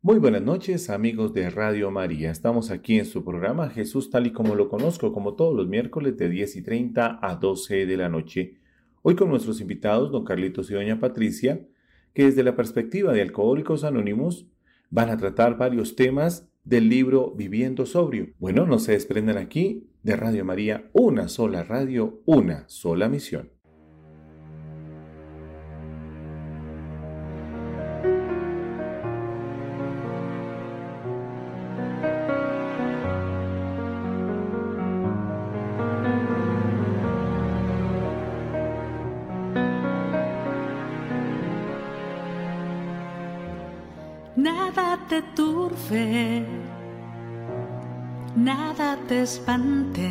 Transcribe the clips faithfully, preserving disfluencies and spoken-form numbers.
Muy buenas noches, amigos de Radio María. Estamos aquí en su programa Jesús tal y como lo conozco, como todos los miércoles de diez y treinta a doce de la noche. Hoy con nuestros invitados, don Carlitos y doña Patricia, que desde la perspectiva de Alcohólicos Anónimos van a tratar varios temas del libro Viviendo Sobrio. Bueno, no se desprendan aquí de Radio María, una sola radio, una sola misión. Nada te turbe, nada te espante,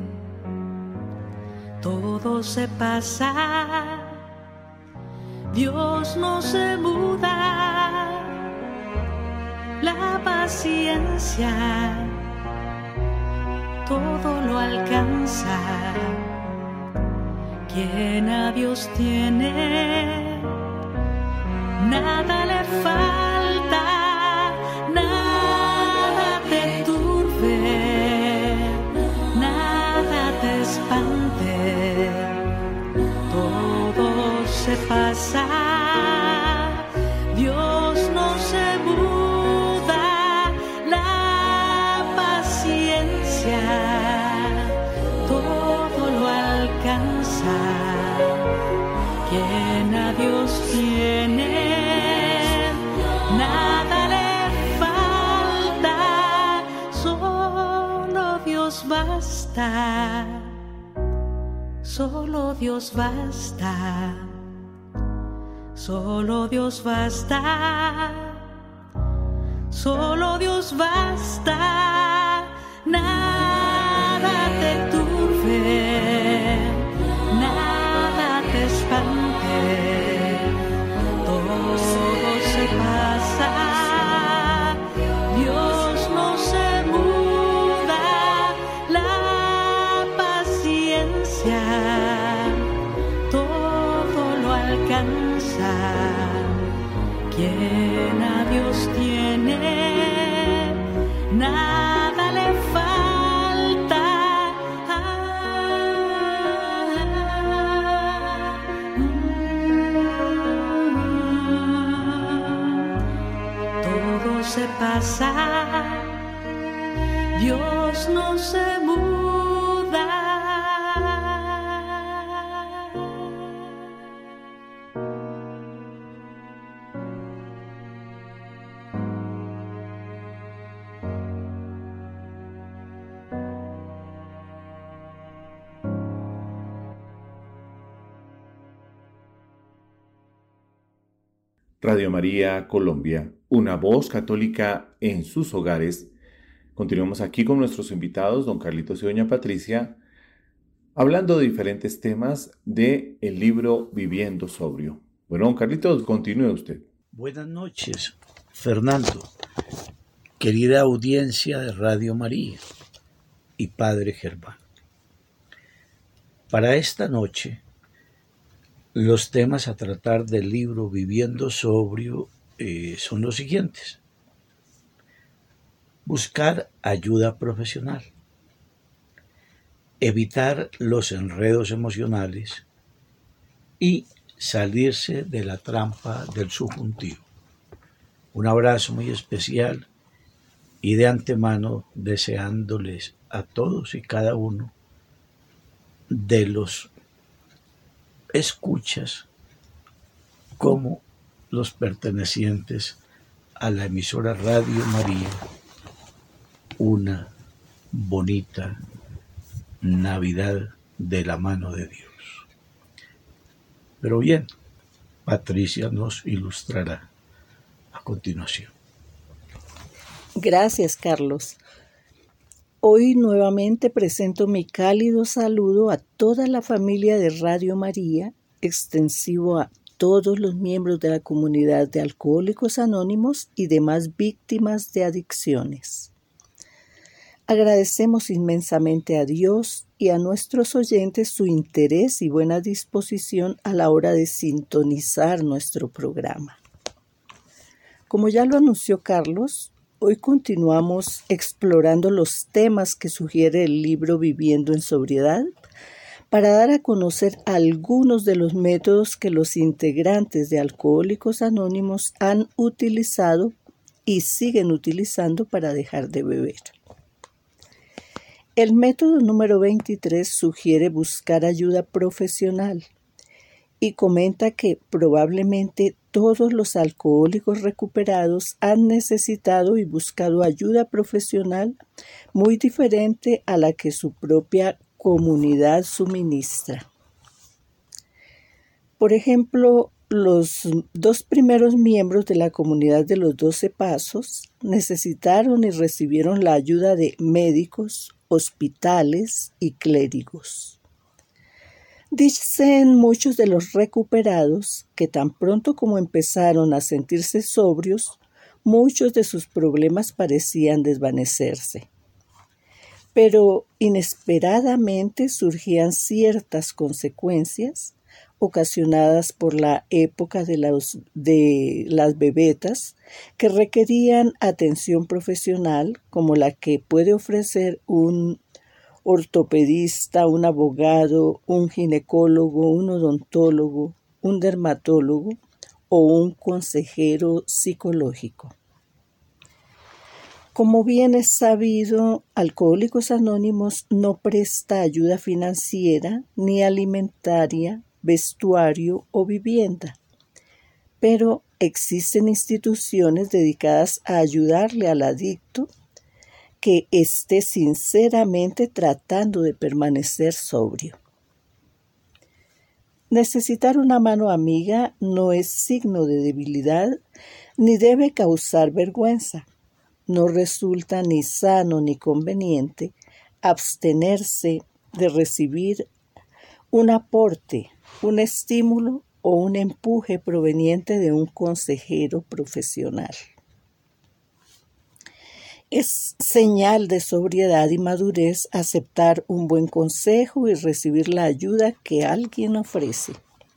todo se pasa, Dios no se muda, la paciencia todo lo alcanza, quien a Dios tiene, nada le falta. Nada te turbe, nada te espante, todo se pasa, Dios no se muda, la paciencia todo lo alcanza, quien a Dios tiene, nada le falta, solo Dios basta, solo Dios basta, solo Dios basta, solo Dios basta, nada te turbe, nada te espante, todo se pasa, Dios no se muda, la paciencia todo lo alcanza, quien a Dios tiene, nada le falta. Todo se pasa, Dios no se muda. Radio María Colombia, una voz católica en sus hogares. Continuamos aquí con nuestros invitados, don Carlitos y doña Patricia, hablando de diferentes temas del libro Viviendo Sobrio. Bueno, don Carlitos, continúe usted. Buenas noches, Fernando, querida audiencia de Radio María y Padre Germán. Para esta noche, los temas a tratar del libro Viviendo Sobrio eh, son los siguientes. Buscar ayuda profesional. Evitar los enredos emocionales y salirse de la trampa del subjuntivo. Un abrazo muy especial y de antemano deseándoles a todos y cada uno de los escuchas como los pertenecientes a la emisora Radio María una bonita Navidad de la mano de Dios. Pero bien, Patricia nos ilustrará a continuación. Gracias, Carlos. Hoy nuevamente presento mi cálido saludo a toda la familia de Radio María, extensivo a todos los miembros de la comunidad de Alcohólicos Anónimos y demás víctimas de adicciones. Agradecemos inmensamente a Dios y a nuestros oyentes su interés y buena disposición a la hora de sintonizar nuestro programa. Como ya lo anunció Carlos, hoy continuamos explorando los temas que sugiere el libro Viviendo en Sobriedad para dar a conocer algunos de los métodos que los integrantes de Alcohólicos Anónimos han utilizado y siguen utilizando para dejar de beber. El método número veintitrés sugiere buscar ayuda profesional y comenta que probablemente todos los alcohólicos recuperados han necesitado y buscado ayuda profesional muy diferente a la que su propia comunidad suministra. Por ejemplo, los dos primeros miembros de la comunidad de los doce pasos necesitaron y recibieron la ayuda de médicos, hospitales y clérigos. Dicen muchos de los recuperados que tan pronto como empezaron a sentirse sobrios, muchos de sus problemas parecían desvanecerse. Pero inesperadamente surgían ciertas consecuencias ocasionadas por la época de, los, de las bebetas que requerían atención profesional como la que puede ofrecer un ortopedista, un abogado, un ginecólogo, un odontólogo, un dermatólogo o un consejero psicológico. Como bien es sabido, Alcohólicos Anónimos no presta ayuda financiera ni alimentaria, vestuario o vivienda, pero existen instituciones dedicadas a ayudarle al adicto que esté sinceramente tratando de permanecer sobrio. Necesitar una mano amiga no es signo de debilidad ni debe causar vergüenza. No resulta ni sano ni conveniente abstenerse de recibir un aporte, un estímulo o un empuje proveniente de un consejero profesional. Es señal de sobriedad y madurez aceptar un buen consejo y recibir la ayuda que alguien ofrece.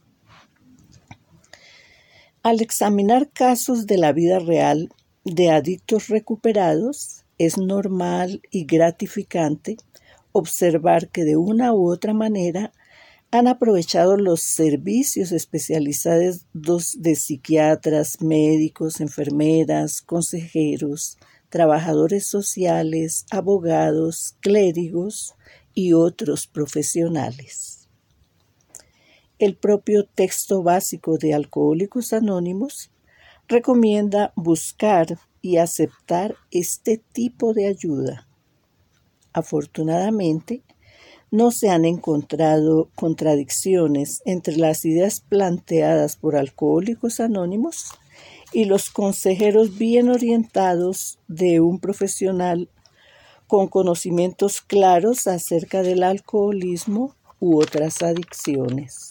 Al examinar casos de la vida real de adictos recuperados, es normal y gratificante observar que de una u otra manera han aprovechado los servicios especializados de psiquiatras, médicos, enfermeras, consejeros, trabajadores sociales, abogados, clérigos y otros profesionales. El propio texto básico de Alcohólicos Anónimos recomienda buscar y aceptar este tipo de ayuda. Afortunadamente, no se han encontrado contradicciones entre las ideas planteadas por Alcohólicos Anónimos y los consejeros bien orientados de un profesional con conocimientos claros acerca del alcoholismo u otras adicciones.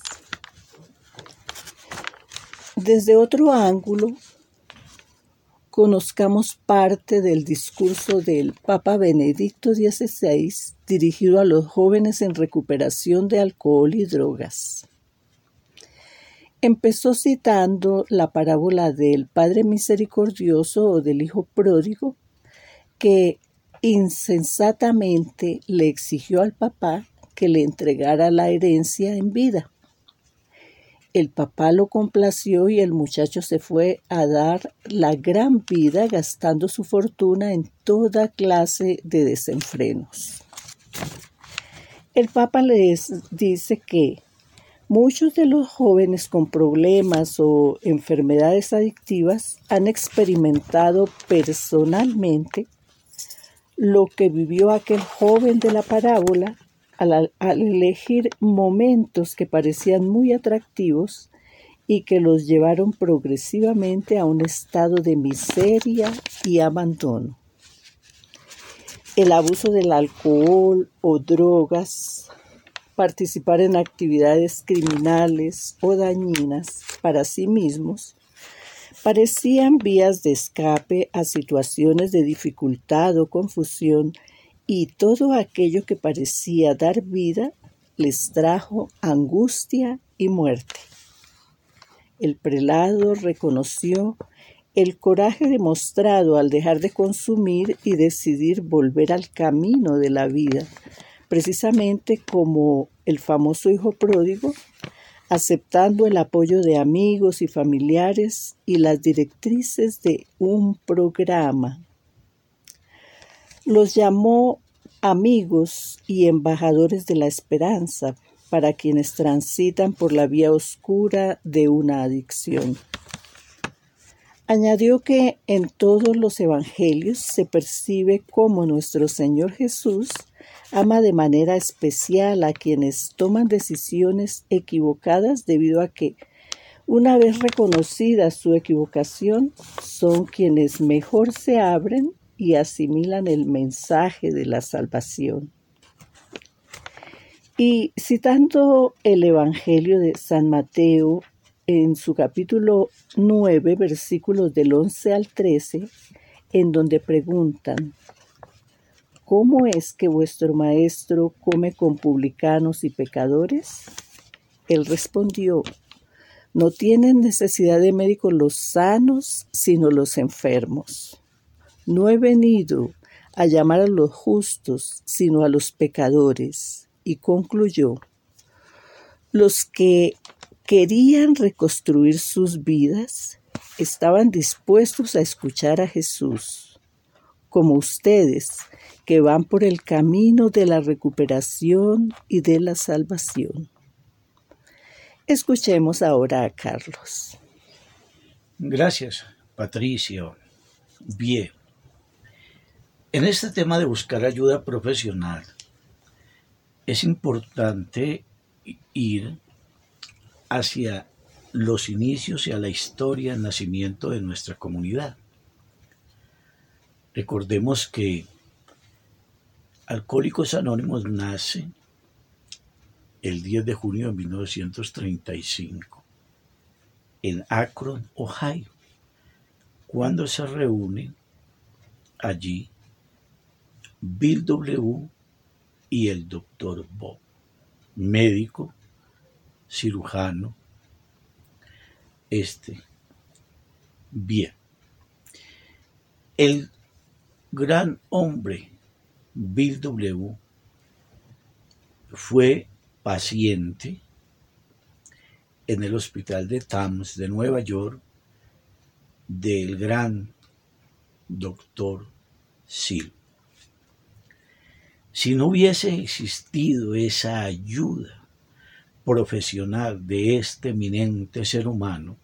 Desde otro ángulo, conozcamos parte del discurso del Papa Benedicto dieciséis dirigido a los jóvenes en recuperación de alcohol y drogas. Empezó citando la parábola del Padre Misericordioso o del Hijo Pródigo, que insensatamente le exigió al papá que le entregara la herencia en vida. El papá lo complació y el muchacho se fue a dar la gran vida gastando su fortuna en toda clase de desenfrenos. El Papa les dice que muchos de los jóvenes con problemas o enfermedades adictivas han experimentado personalmente lo que vivió aquel joven de la parábola al, al elegir momentos que parecían muy atractivos y que los llevaron progresivamente a un estado de miseria y abandono. El abuso del alcohol o drogas, participar en actividades criminales o dañinas para sí mismos, parecían vías de escape a situaciones de dificultad o confusión, y todo aquello que parecía dar vida les trajo angustia y muerte. El prelado reconoció el coraje demostrado al dejar de consumir y decidir volver al camino de la vida, precisamente como el famoso hijo pródigo, aceptando el apoyo de amigos y familiares y las directrices de un programa. Los llamó amigos y embajadores de la esperanza para quienes transitan por la vía oscura de una adicción. Añadió que en todos los evangelios se percibe cómo nuestro Señor Jesús ama de manera especial a quienes toman decisiones equivocadas debido a que, una vez reconocida su equivocación, son quienes mejor se abren y asimilan el mensaje de la salvación. Y citando el Evangelio de San Mateo, en su capítulo nueve, versículos del once al trece, en donde preguntan: ¿cómo es que vuestro maestro come con publicanos y pecadores? Él respondió: no tienen necesidad de médicos los sanos, sino los enfermos. No he venido a llamar a los justos, sino a los pecadores. Y concluyó: los que querían reconstruir sus vidas estaban dispuestos a escuchar a Jesús, como ustedes, que van por el camino de la recuperación y de la salvación. Escuchemos ahora a Carlos. Gracias, Patricio. Bien. En este tema de buscar ayuda profesional, es importante ir hacia los inicios y a la historia del nacimiento de nuestra comunidad. Recordemos que Alcohólicos Anónimos nace el diez de junio de mil novecientos treinta y cinco en Akron, Ohio, cuando se reúnen allí Bill W. y el doctor Bob, médico, cirujano, este, bien. El gran hombre Bill W. fue paciente en el hospital de Tams de Nueva York del gran doctor Sil. Si no hubiese existido esa ayuda profesional de este eminente ser humano,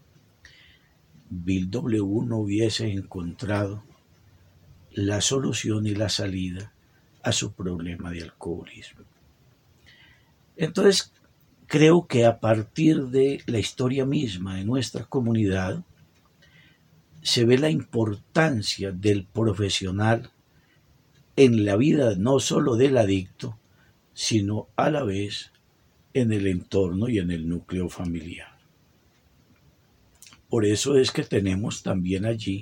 Bill W. no hubiese encontrado la solución y la salida a su problema de alcoholismo. Entonces, creo que a partir de la historia misma de nuestra comunidad, se ve la importancia del profesional en la vida no solo del adicto, sino a la vez en el entorno y en el núcleo familiar. Por eso es que tenemos también allí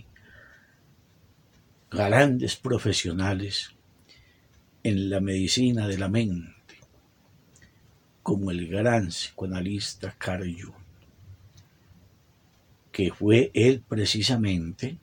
grandes profesionales en la medicina de la mente, como el gran psicoanalista Carl Jung, que fue él precisamente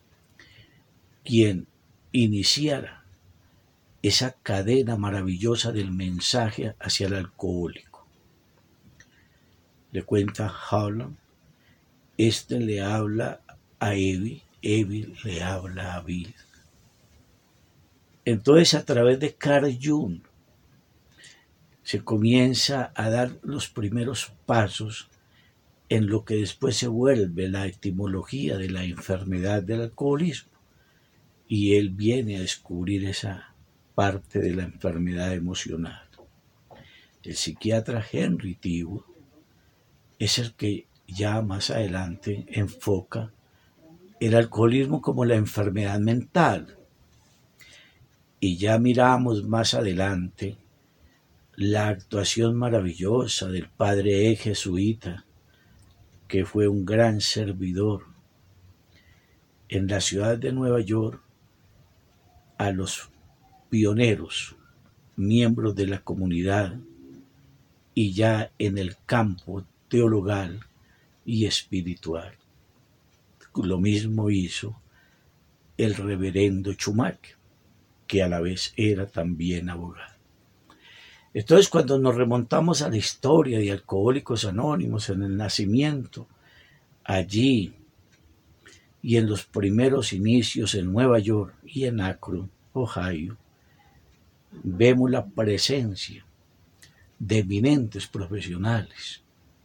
quien iniciara esa cadena maravillosa del mensaje hacia el alcohólico. Le cuenta Howland, este le habla a Evie, Evie le habla a Bill. Entonces, a través de Carl Jung, se comienza a dar los primeros pasos en lo que después se vuelve la etimología de la enfermedad del alcoholismo. Y él viene a descubrir esa parte de la enfermedad emocional. El psiquiatra Henry Tiwood es el que ya más adelante enfoca el alcoholismo como la enfermedad mental. Y ya miramos más adelante la actuación maravillosa del padre E. jesuita, que fue un gran servidor en la ciudad de Nueva York a los pioneros, miembros de la comunidad, y ya en el campo teologal y espiritual. lo mismo hizo el reverendo Chumac, que a la vez era también abogado. Entonces, cuando nos remontamos a la historia de Alcohólicos Anónimos, en el nacimiento, allí y en los primeros inicios en Nueva York y en Akron, Ohio, vemos la presencia de eminentes profesionales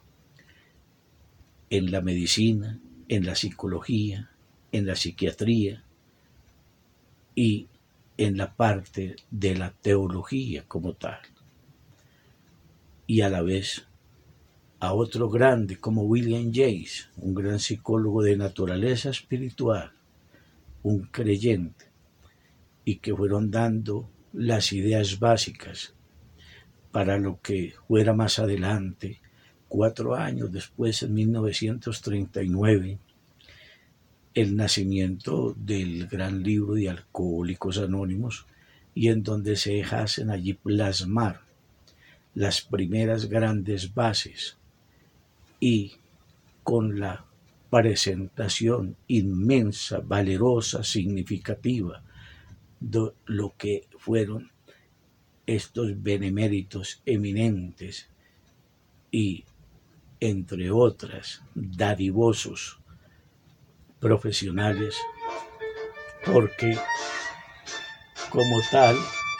en la medicina, en la psicología, en la psiquiatría y en la parte de la teología como tal. Y a la vez a otro grande como William James, un gran psicólogo de naturaleza espiritual, un creyente, y que fueron dando las ideas básicas para lo que fuera más adelante, cuatro años después, en mil novecientos treinta y nueve, el nacimiento del gran libro de Alcohólicos Anónimos, y en donde se dejasen allí plasmar las primeras grandes bases, y con la presentación inmensa, valerosa, significativa de lo que fueron estos beneméritos eminentes y, entre otras, dadivosos profesionales, porque como tal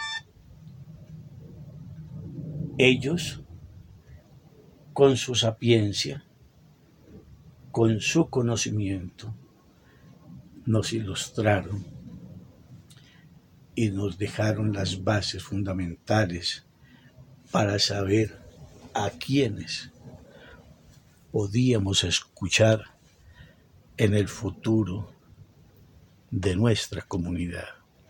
ellos, con su sapiencia, con su conocimiento, nos ilustraron y nos dejaron las bases fundamentales para saber a quiénes podíamos escuchar en el futuro de nuestra comunidad.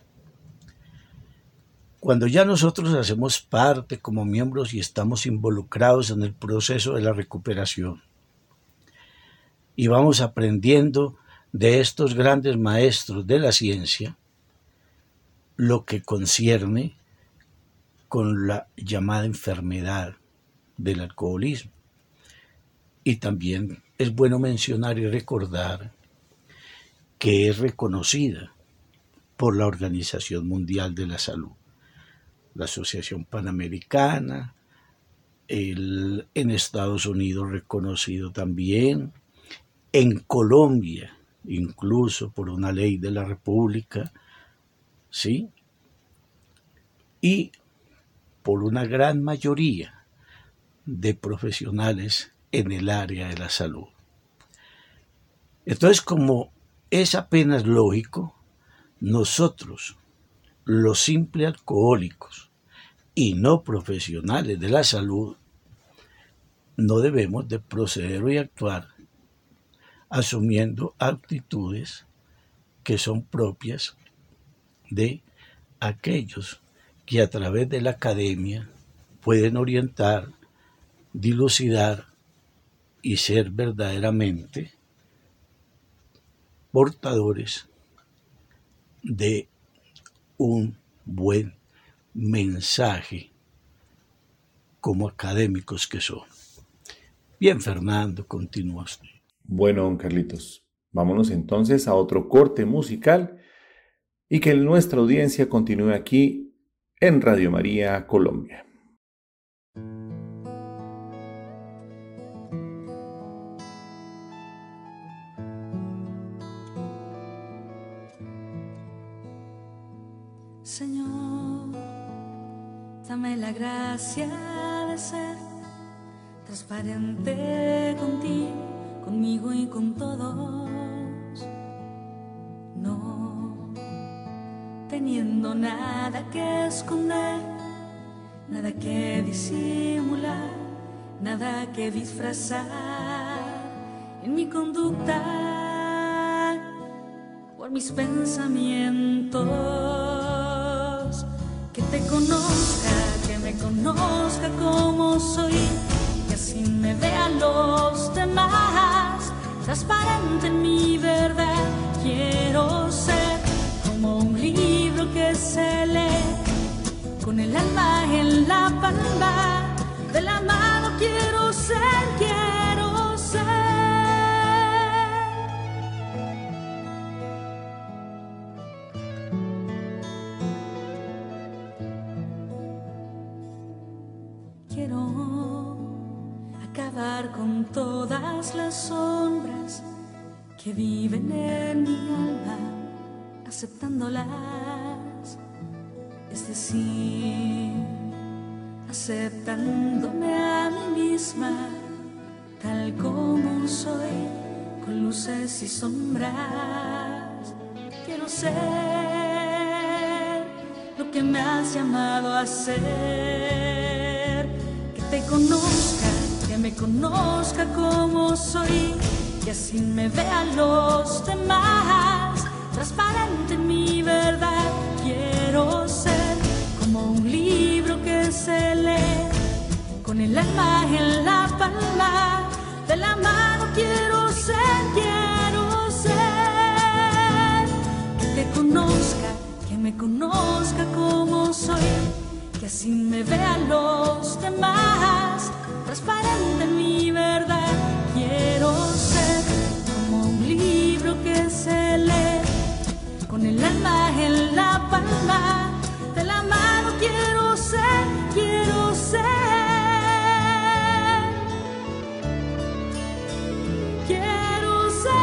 Cuando ya nosotros hacemos parte como miembros y estamos involucrados en el proceso de la recuperación y vamos aprendiendo de estos grandes maestros de la ciencia lo que concierne con la llamada enfermedad del alcoholismo. Y también es bueno mencionar y recordar que es reconocida por la Organización Mundial de la Salud, la Asociación Panamericana, el, en Estados Unidos reconocido también, en Colombia, incluso por una ley de la República, ¿sí? Y por una gran mayoría de profesionales en el área de la salud. Entonces, como es apenas lógico, nosotros, los simples alcohólicos y no profesionales de la salud, no debemos de proceder y actuar asumiendo actitudes que son propias de aquellos que a través de la academia pueden orientar, dilucidar y ser verdaderamente portadores de un buen mensaje como académicos que son. Bien, Fernando, continúa usted. Bueno, don Carlitos, vámonos entonces a otro corte musical y que nuestra audiencia continúe aquí en Radio María Colombia. Señor, dame la gracia de ser transparente contigo, conmigo y con todos, no teniendo nada que esconder, nada que disimular, nada que disfrazar en mi conducta o en mis pensamientos. Que te conozca, que me conozca como soy, que así me vean los demás, transparente en mi verdad. Quiero ser como un libro que se lee, con el alma en la palma de la mano. Quiero ser, quiero ser acabar con todas las sombras que viven en mi alma, aceptándolas, es decir, aceptándome a mí misma, tal como soy, con luces y sombras. Quiero ser lo que me has llamado a ser, que te conozca, que me conozca como soy, que así me vean los demás, transparente mi verdad. Quiero ser como un libro que se lee, con el alma en la palma de la mano. Quiero ser, quiero ser, que te conozca, que me conozca como soy, que así me vean los demás, transparente mi verdad. Quiero ser como un libro que se lee, con el alma en la palma de la mano. Quiero ser, quiero ser, quiero ser.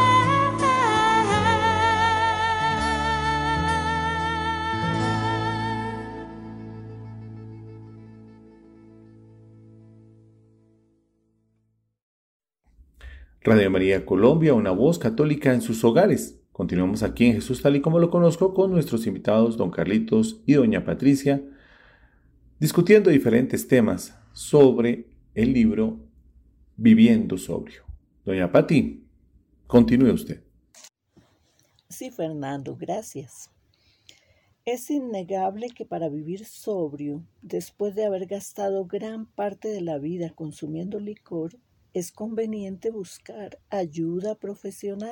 Radio María Colombia, una voz católica en sus hogares. Continuamos aquí en Jesús tal y como lo conozco con nuestros invitados don Carlitos y doña Patricia, discutiendo diferentes temas sobre el libro Viviendo Sobrio. Doña Pati, continúe usted. Sí, Fernando, gracias. Es innegable que para vivir sobrio, después de haber gastado gran parte de la vida consumiendo licor, es conveniente buscar ayuda profesional.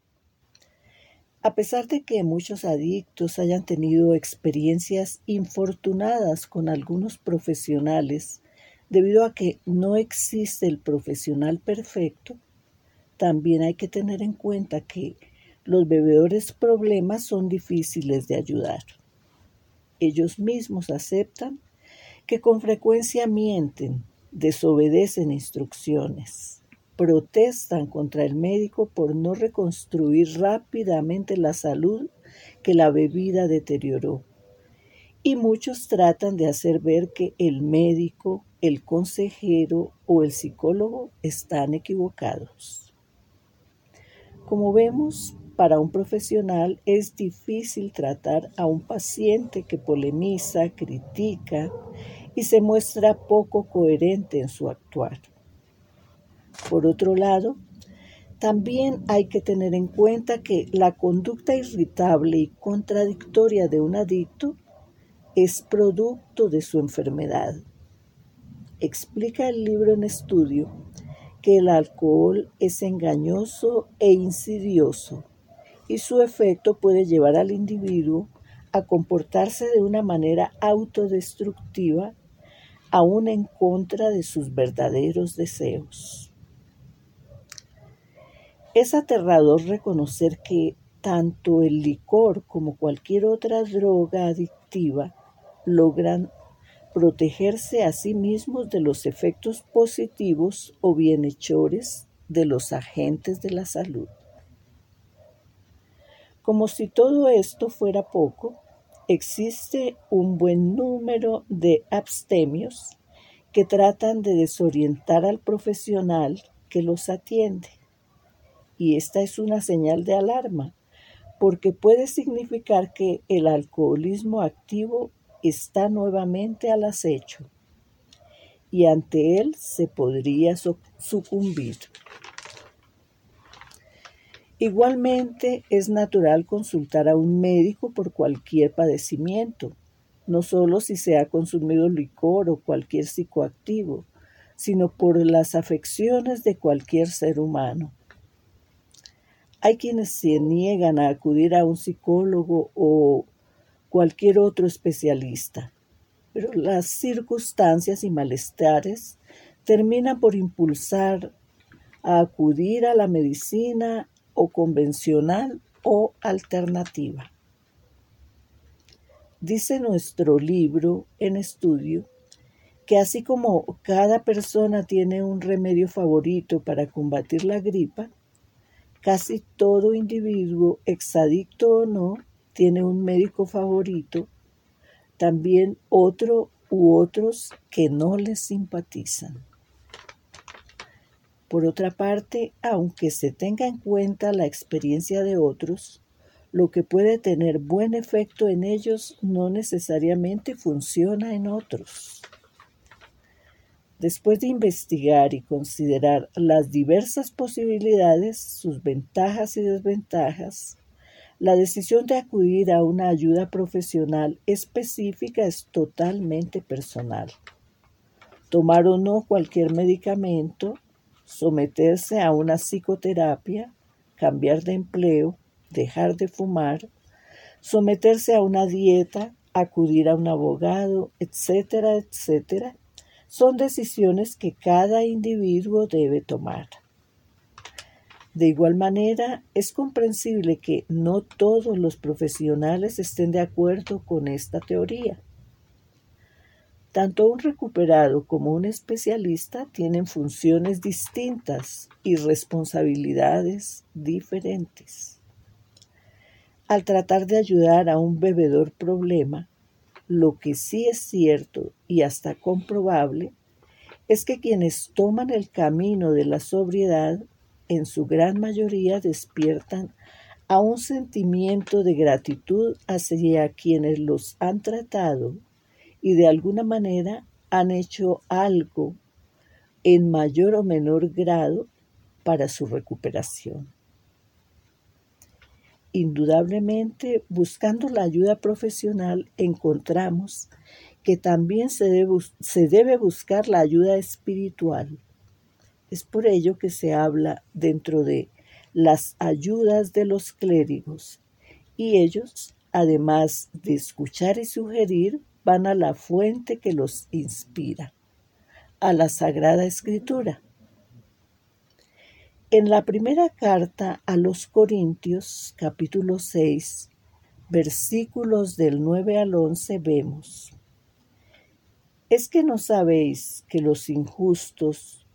A pesar de que muchos adictos hayan tenido experiencias infortunadas con algunos profesionales, debido a que no existe el profesional perfecto, también hay que tener en cuenta que los bebedores problemas son difíciles de ayudar. Ellos mismos aceptan que con frecuencia mienten, desobedecen instrucciones, protestan contra el médico por no reconstruir rápidamente la salud que la bebida deterioró. Y muchos tratan de hacer ver que el médico, el consejero o el psicólogo están equivocados. Como vemos, para un profesional es difícil tratar a un paciente que polemiza, critica y se muestra poco coherente en su actuar. Por otro lado, también hay que tener en cuenta que la conducta irritable y contradictoria de un adicto es producto de su enfermedad. Explica el libro en estudio que el alcohol es engañoso e insidioso y su efecto puede llevar al individuo a comportarse de una manera autodestructiva, aún en contra de sus verdaderos deseos. Es aterrador reconocer que tanto el licor como cualquier otra droga adictiva logran protegerse a sí mismos de los efectos positivos o bienhechores de los agentes de la salud. Como si todo esto fuera poco, existe un buen número de abstemios que tratan de desorientar al profesional que los atiende. Y esta es una señal de alarma, porque puede significar que el alcoholismo activo está nuevamente al acecho y ante él se podría sucumbir. Igualmente, es natural consultar a un médico por cualquier padecimiento, no solo si se ha consumido licor o cualquier psicoactivo, sino por las afecciones de cualquier ser humano. Hay quienes se niegan a acudir a un psicólogo o cualquier otro especialista, pero las circunstancias y malestares terminan por impulsar a acudir a la medicina o convencional o alternativa. Dice nuestro libro en estudio que así como cada persona tiene un remedio favorito para combatir la gripa, casi todo individuo, exadicto o no, tiene un médico favorito, también otro u otros que no les simpatizan. Por otra parte, aunque se tenga en cuenta la experiencia de otros, lo que puede tener buen efecto en ellos no necesariamente funciona en otros. Después de investigar y considerar las diversas posibilidades, sus ventajas y desventajas, la decisión de acudir a una ayuda profesional específica es totalmente personal. Tomar o no cualquier medicamento, someterse a una psicoterapia, cambiar de empleo, dejar de fumar, someterse a una dieta, acudir a un abogado, etcétera, etcétera, son decisiones que cada individuo debe tomar. De igual manera, es comprensible que no todos los profesionales estén de acuerdo con esta teoría. Tanto un recuperado como un especialista tienen funciones distintas y responsabilidades diferentes. Al tratar de ayudar a un bebedor problema, lo que sí es cierto y hasta comprobable es que quienes toman el camino de la sobriedad en su gran mayoría despiertan a un sentimiento de gratitud hacia quienes los han tratado y de alguna manera han hecho algo en mayor o menor grado para su recuperación. Indudablemente, buscando la ayuda profesional, encontramos que también se debe, se debe buscar la ayuda espiritual. Es por ello que se habla dentro de las ayudas de los clérigos, y ellos, además de escuchar y sugerir, van a la fuente que los inspira, a la Sagrada Escritura. En la primera carta a los Corintios, capítulo seis, versículos del nueve al once, vemos: ¿Es que no sabéis que los injustos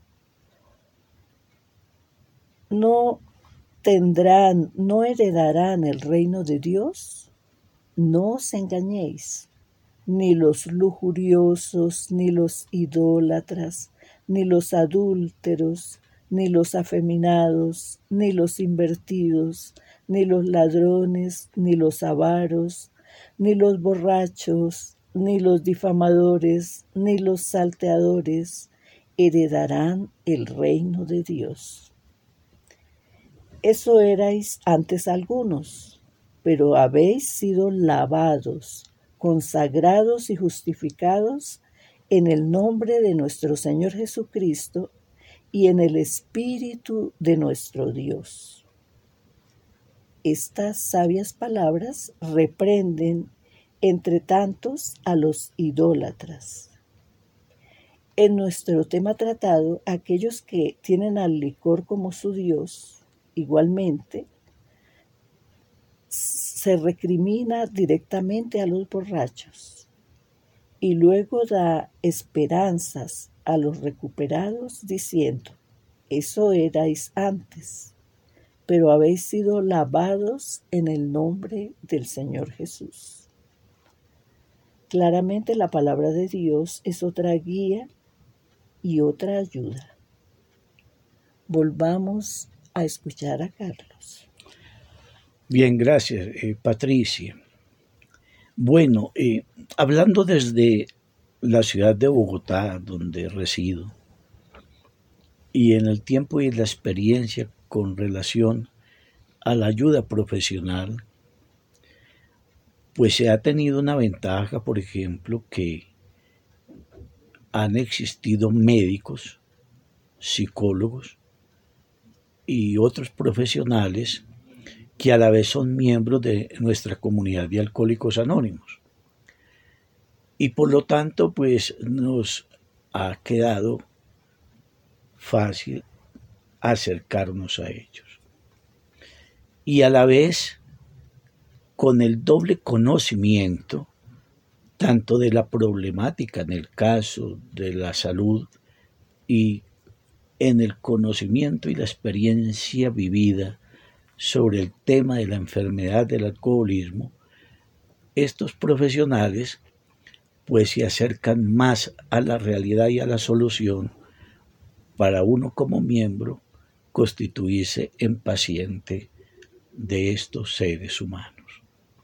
no tendrán, no heredarán el reino de Dios? No os engañéis, ni los lujuriosos, ni los idólatras, ni los adúlteros, ni los afeminados, ni los invertidos, ni los ladrones, ni los avaros, ni los borrachos, ni los difamadores, ni los salteadores heredarán el reino de Dios. Eso erais antes algunos, pero habéis sido lavados, consagrados y justificados en el nombre de nuestro Señor Jesucristo y en el Espíritu de nuestro Dios. Estas sabias palabras reprenden, entre tantos, a los idólatras. En nuestro tema tratado, aquellos que tienen al licor como su Dios, igualmente, se recrimina directamente a los borrachos y luego da esperanzas a los recuperados diciendo: eso erais antes, pero habéis sido lavados en el nombre del Señor Jesús. Claramente la palabra de Dios es otra guía y otra ayuda. Volvamos a escuchar a Carlos. Bien, gracias, eh, Patricia. Bueno, eh, hablando desde la ciudad de Bogotá, donde resido, y en el tiempo y la experiencia con relación a la ayuda profesional, pues se ha tenido una ventaja, por ejemplo, que han existido médicos, psicólogos y otros profesionales que a la vez son miembros de nuestra comunidad de Alcohólicos Anónimos. Y por lo tanto, pues nos ha quedado fácil acercarnos a ellos. Y a la vez, con el doble conocimiento tanto de la problemática en el caso de la salud y en el conocimiento y la experiencia vivida sobre el tema de la enfermedad del alcoholismo, estos profesionales pues se acercan más a la realidad y a la solución para uno como miembro constituirse en paciente de estos seres humanos.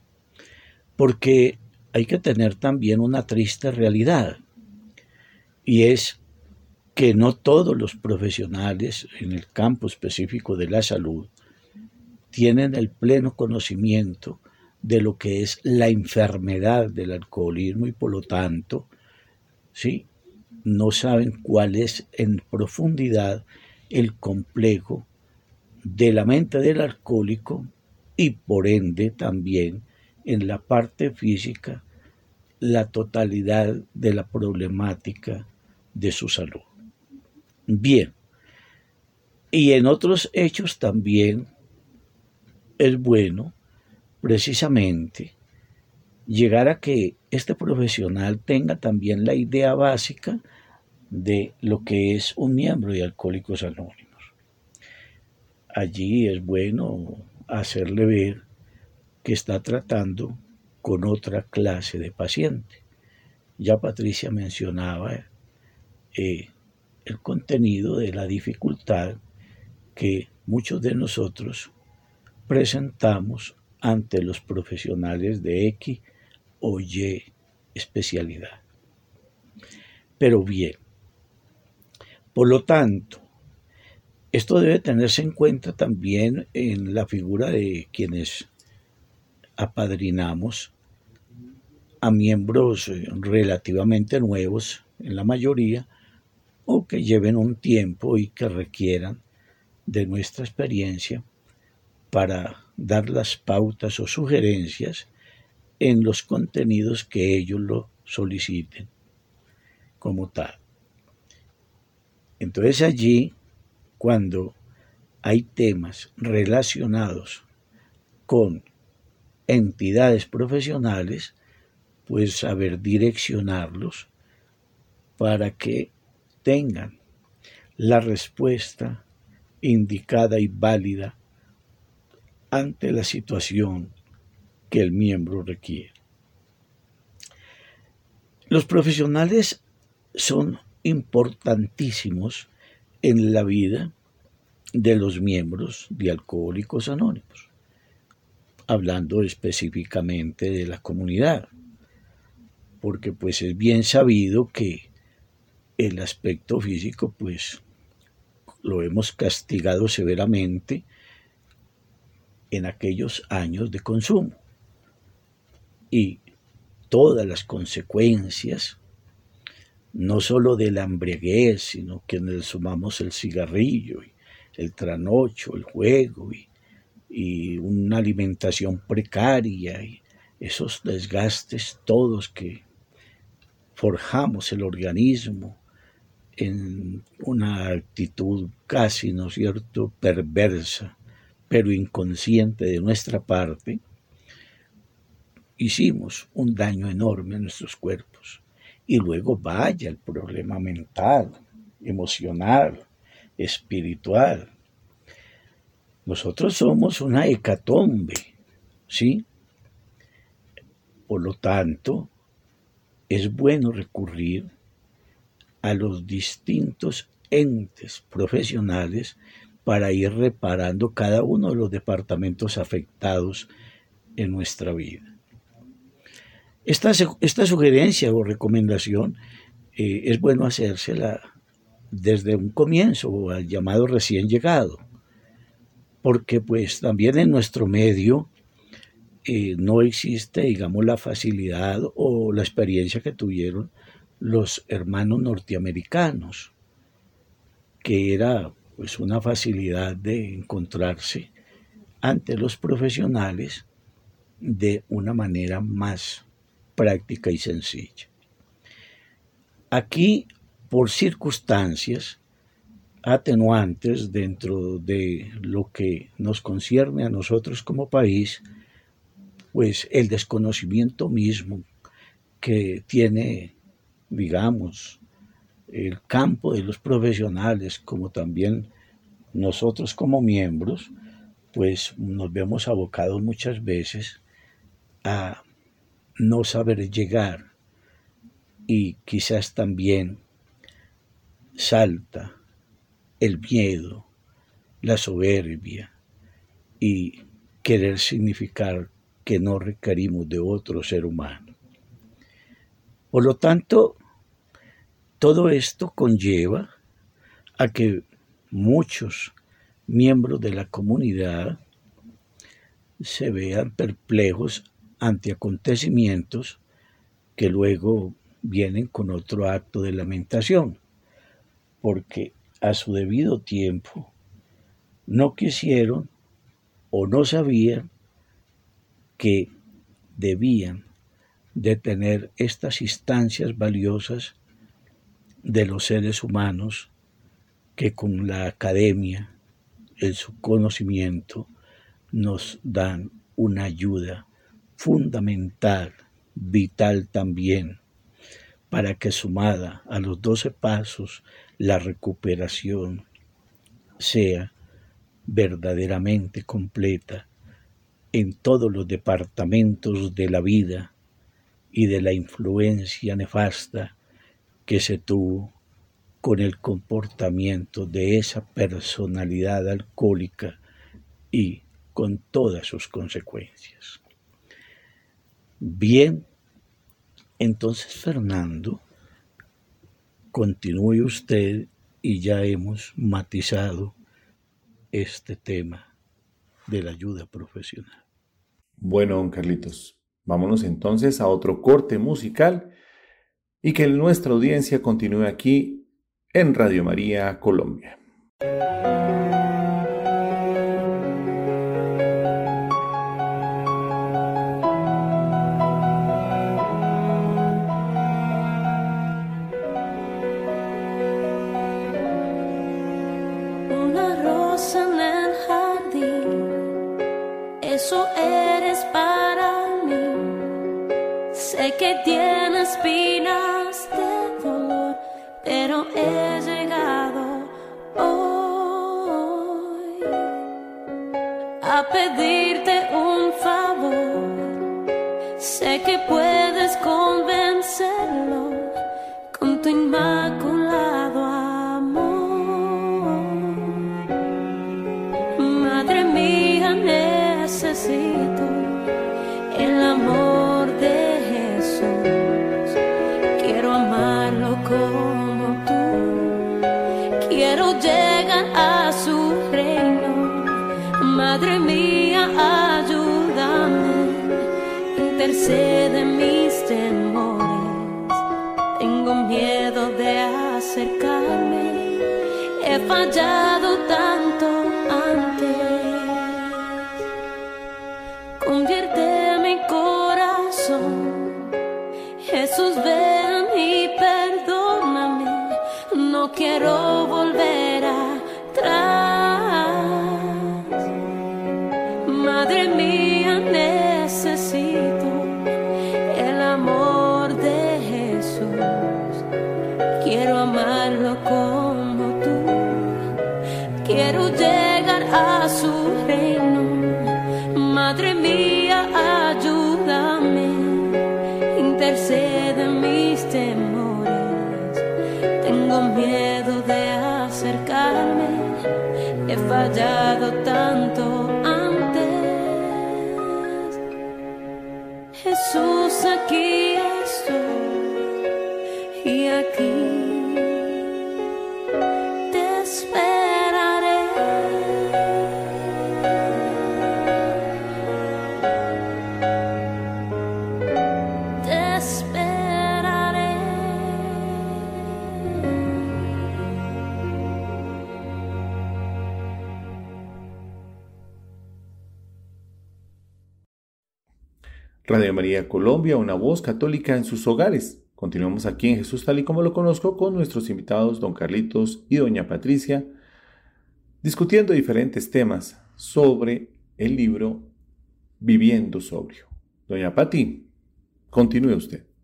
Porque hay que tener también una triste realidad, y es que no todos los profesionales en el campo específico de la salud tienen el pleno conocimiento de lo que es la enfermedad del alcoholismo y por lo tanto, ¿sí?, no saben cuál es en profundidad el complejo de la mente del alcohólico y por ende también en la parte física la totalidad de la problemática de su salud. Bien, y en otros hechos también es bueno precisamente llegar a que este profesional tenga también la idea básica de lo que es un miembro de Alcohólicos Anónimos. Allí es bueno hacerle ver que está tratando con otra clase de paciente. Ya Patricia mencionaba eh, el contenido de la dificultad que muchos de nosotros presentamos ante los profesionales de X o Y especialidad. Pero bien, por lo tanto, esto debe tenerse en cuenta también en la figura de quienes apadrinamos a miembros relativamente nuevos, en la mayoría, o que lleven un tiempo y que requieran de nuestra experiencia para dar las pautas o sugerencias en los contenidos que ellos lo soliciten como tal. Entonces allí, cuando hay temas relacionados con entidades profesionales, pues saber direccionarlos para que tengan la respuesta indicada y válida ante la situación que el miembro requiere. Los profesionales son importantísimos en la vida de los miembros de Alcohólicos Anónimos, hablando específicamente de la comunidad, porque pues es bien sabido que el aspecto físico pues lo hemos castigado severamente en aquellos años de consumo y todas las consecuencias, no solo de la embriaguez, sino que le sumamos el cigarrillo, y el trasnocho, el juego y, y una alimentación precaria y esos desgastes todos que forjamos el organismo en una actitud casi, ¿no es cierto?, perversa, pero inconsciente de nuestra parte, hicimos un daño enorme a nuestros cuerpos. Y luego vaya el problema mental, emocional, espiritual. Nosotros somos una hecatombe, ¿sí? Por lo tanto, es bueno recurrir a los distintos entes profesionales para ir reparando cada uno de los departamentos afectados en nuestra vida. Esta, esta sugerencia o recomendación eh, es bueno hacérsela desde un comienzo, al llamado recién llegado, porque pues también en nuestro medio eh, no existe, digamos, la facilidad o la experiencia que tuvieron los hermanos norteamericanos, que era pues una facilidad de encontrarse ante los profesionales de una manera más práctica y sencilla. Aquí, por circunstancias atenuantes dentro de lo que nos concierne a nosotros como país, pues el desconocimiento mismo que tiene, digamos, el campo de los profesionales, como también nosotros como miembros, pues nos vemos abocados muchas veces a no saber llegar, y quizás también salta el miedo, la soberbia y querer significar que no requerimos de otro ser humano. Por lo tanto, todo esto conlleva a que muchos miembros de la comunidad se vean perplejos ante acontecimientos que luego vienen con otro acto de lamentación, porque a su debido tiempo no quisieron o no sabían que debían de tener estas instancias valiosas de los seres humanos que con la academia, el su conocimiento, nos dan una ayuda fundamental, vital también, para que sumada a los doce pasos, la recuperación sea verdaderamente completa en todos los departamentos de la vida y de la influencia nefasta que se tuvo con el comportamiento de esa personalidad alcohólica y con todas sus consecuencias. Bien, entonces Fernando, continúe usted y ya hemos matizado este tema de la ayuda profesional. Bueno, don Carlitos, vámonos entonces a otro corte musical y que nuestra audiencia continúe aquí en Radio María Colombia. Una rosa en el jardín, eso eres para mí. Sé que tiene espinas de dolor, pero he llegado hoy a pedirte un favor. Sé que puedes convencerlo con tu inmaculado amor. Madre mía, necesito el amor de Jesús. Quiero amarlo como tú, quiero llegar a su reino. Madre mía, ayúdame, intercede mis temores. Tengo miedo de acercarme, he fallado tanto antes. Convierte mi corazón, Jesús, ven y perdóname. No quiero volver atrás. Madre mía, necesito el amor de Jesús. Quiero amarlo como tú, quiero llegar a su reino. Madre mía, ayúdame, intercede mis temores. Tengo miedo de acercarme, he fallado tanto antes. Jesús, aquí estoy y aquí te esperaré. Te esperaré. Radio María Colombia, una voz católica en sus hogares. Continuamos aquí en Jesús tal y como lo conozco con nuestros invitados don Carlitos y doña Patricia, discutiendo diferentes temas sobre el libro Viviendo Sobrio. Doña Pati, continúe usted.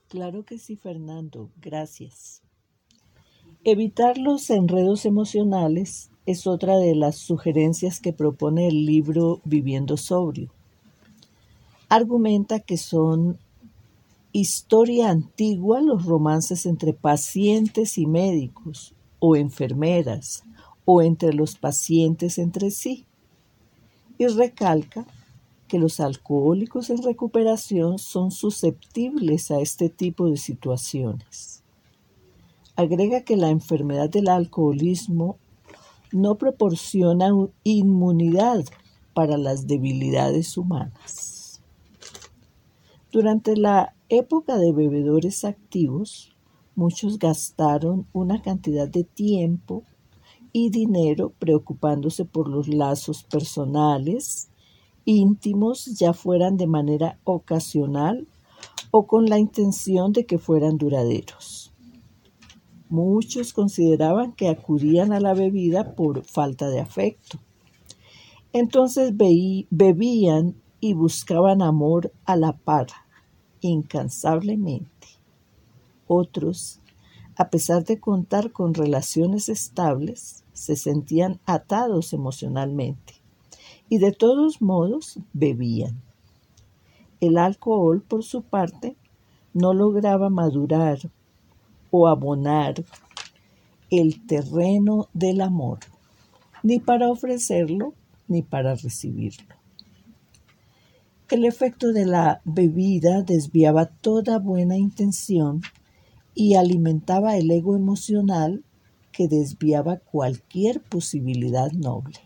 Claro que sí, Fernando, gracias. Evitar los enredos emocionales es otra de las sugerencias que propone el libro Viviendo Sobrio. Argumenta que son historia antigua los romances entre pacientes y médicos, o enfermeras, o entre los pacientes entre sí, y recalca que los alcohólicos en recuperación son susceptibles a este tipo de situaciones. Agrega que la enfermedad del alcoholismo no proporciona inmunidad para las debilidades humanas. Durante la época de bebedores activos, muchos gastaron una cantidad de tiempo y dinero preocupándose por los lazos personales, íntimos, ya fueran de manera ocasional o con la intención de que fueran duraderos. Muchos consideraban que acudían a la bebida por falta de afecto. Entonces veí, bebían y buscaban amor a la par, incansablemente. Otros, a pesar de contar con relaciones estables, se sentían atados emocionalmente y de todos modos bebían. El alcohol, por su parte, no lograba madurar o abonar el terreno del amor, ni para ofrecerlo ni para recibirlo. El efecto de la bebida desviaba toda buena intención y alimentaba el ego emocional que desviaba cualquier posibilidad noble.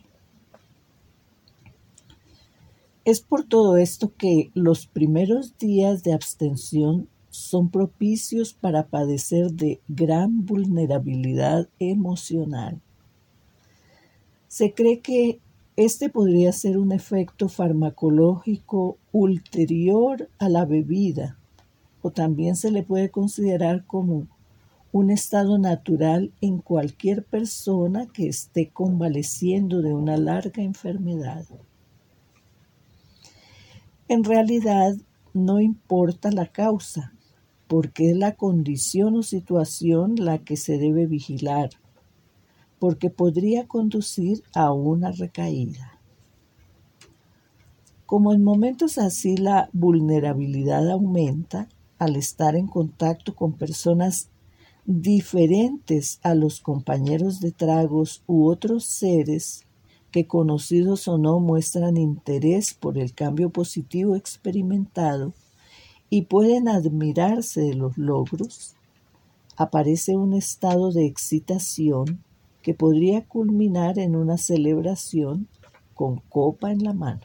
Es por todo esto que los primeros días de abstención son propicios para padecer de gran vulnerabilidad emocional. Se cree que este podría ser un efecto farmacológico ulterior a la bebida, o también se le puede considerar como un estado natural en cualquier persona que esté convaleciendo de una larga enfermedad. En realidad, no importa la causa, porque es la condición o situación la que se debe vigilar, porque podría conducir a una recaída. Como en momentos así la vulnerabilidad aumenta al estar en contacto con personas diferentes a los compañeros de tragos u otros seres que, conocidos o no, muestran interés por el cambio positivo experimentado y pueden admirarse de los logros, aparece un estado de excitación que podría culminar en una celebración con copa en la mano.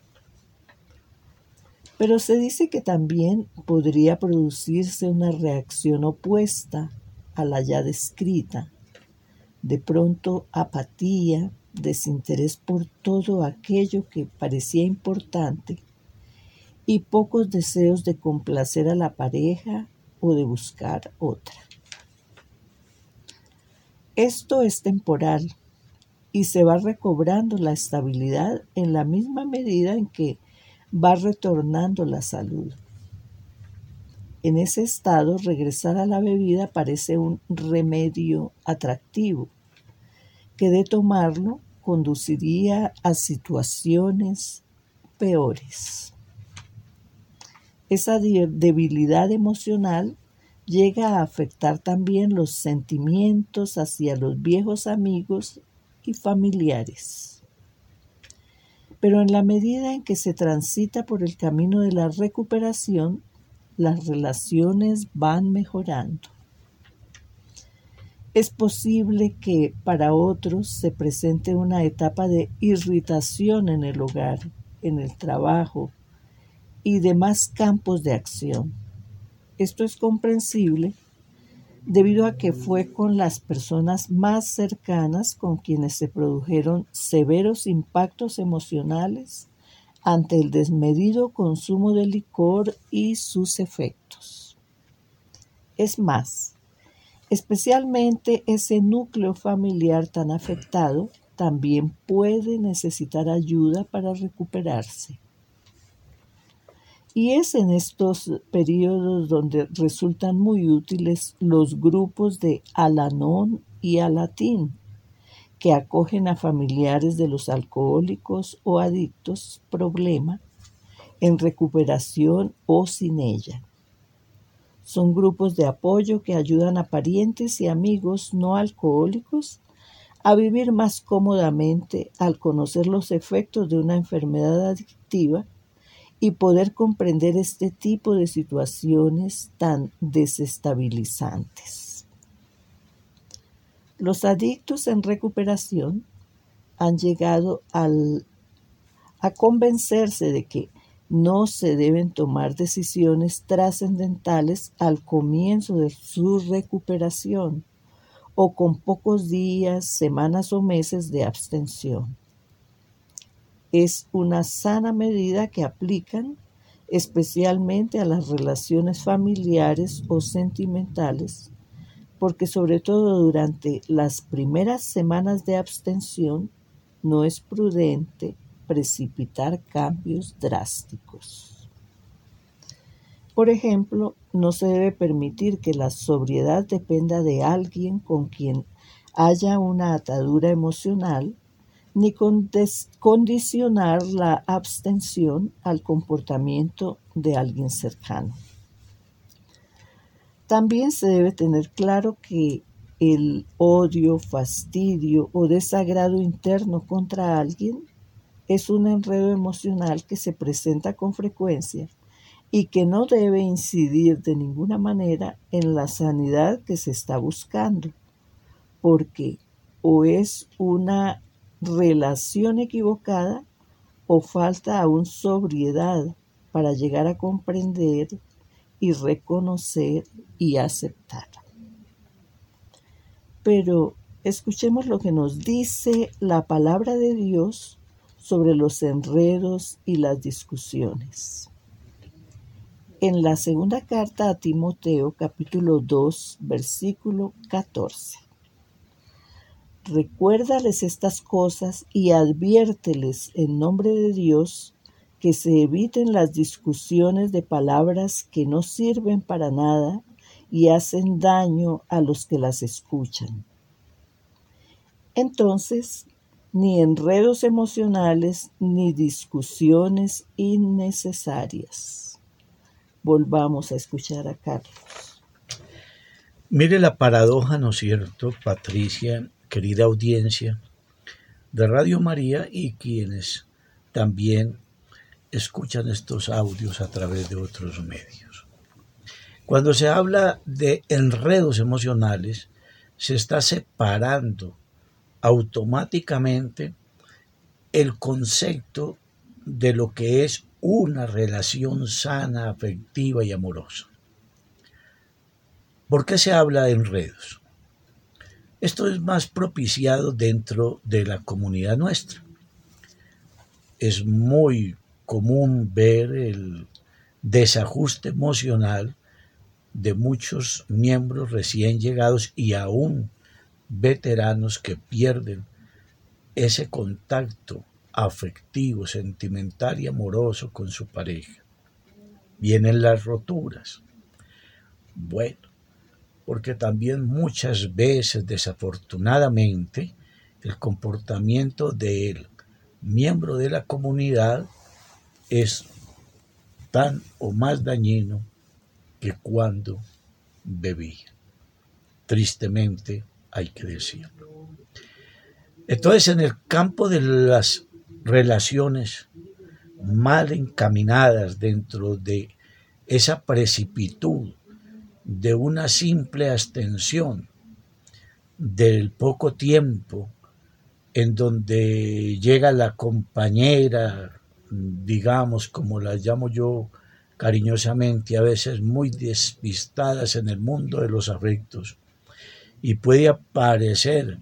Pero se dice que también podría producirse una reacción opuesta a la ya descrita, de pronto apatía, desinterés por todo aquello que parecía importante y pocos deseos de complacer a la pareja o de buscar otra. Esto es temporal y se va recobrando la estabilidad en la misma medida en que va retornando la salud. En ese estado, regresar a la bebida parece un remedio atractivo, que de tomarlo conduciría a situaciones peores. Esa debilidad emocional llega a afectar también los sentimientos hacia los viejos amigos y familiares. Pero en la medida en que se transita por el camino de la recuperación, las relaciones van mejorando. Es posible que para otros se presente una etapa de irritación en el hogar, en el trabajo y demás campos de acción. Esto es comprensible debido a que fue con las personas más cercanas con quienes se produjeron severos impactos emocionales ante el desmedido consumo de licor y sus efectos. Es más, especialmente ese núcleo familiar tan afectado también puede necesitar ayuda para recuperarse. Y es en estos periodos donde resultan muy útiles los grupos de Al-Anon y Alatín, que acogen a familiares de los alcohólicos o adictos problema en recuperación o sin ella. Son grupos de apoyo que ayudan a parientes y amigos no alcohólicos a vivir más cómodamente al conocer los efectos de una enfermedad adictiva y poder comprender este tipo de situaciones tan desestabilizantes. Los adictos en recuperación han llegado al, a convencerse de que no se deben tomar decisiones trascendentales al comienzo de su recuperación o con pocos días, semanas o meses de abstención. Es una sana medida que aplican especialmente a las relaciones familiares o sentimentales, porque sobre todo durante las primeras semanas de abstención no es prudente precipitar cambios drásticos. Por ejemplo, no se debe permitir que la sobriedad dependa de alguien con quien haya una atadura emocional, ni condicionar la abstención al comportamiento de alguien cercano. También se debe tener claro que el odio, fastidio o desagrado interno contra alguien es un enredo emocional que se presenta con frecuencia y que no debe incidir de ninguna manera en la sanidad que se está buscando, porque o es una relación equivocada o falta aún sobriedad para llegar a comprender y reconocer y aceptar. Pero escuchemos lo que nos dice la palabra de Dios sobre los enredos y las discusiones. En la segunda carta a Timoteo, capítulo dos, versículo catorce. Recuérdales estas cosas y adviérteles en nombre de Dios que se eviten las discusiones de palabras que no sirven para nada y hacen daño a los que las escuchan. Entonces, ni enredos emocionales ni discusiones innecesarias. Volvamos a escuchar a Carlos. Mire la paradoja, ¿no es cierto, Patricia, querida audiencia de Radio María y quienes también escuchan estos audios a través de otros medios? Cuando se habla de enredos emocionales, se está separando automáticamente el concepto de lo que es una relación sana, afectiva y amorosa. ¿Por qué se habla de enredos? Esto es más propiciado dentro de la comunidad nuestra. Es muy común ver el desajuste emocional de muchos miembros recién llegados y aún veteranos que pierden ese contacto afectivo, sentimental y amoroso con su pareja. Vienen las roturas. Bueno, porque también muchas veces, desafortunadamente, el comportamiento del miembro de la comunidad es tan o más dañino que cuando bebía. Tristemente hay que decirlo. Entonces, en el campo de las relaciones mal encaminadas dentro de esa precipitud de una simple abstención del poco tiempo en donde llega la compañera, digamos, como la llamo yo cariñosamente, a veces muy despistadas en el mundo de los afectos, y puede aparecer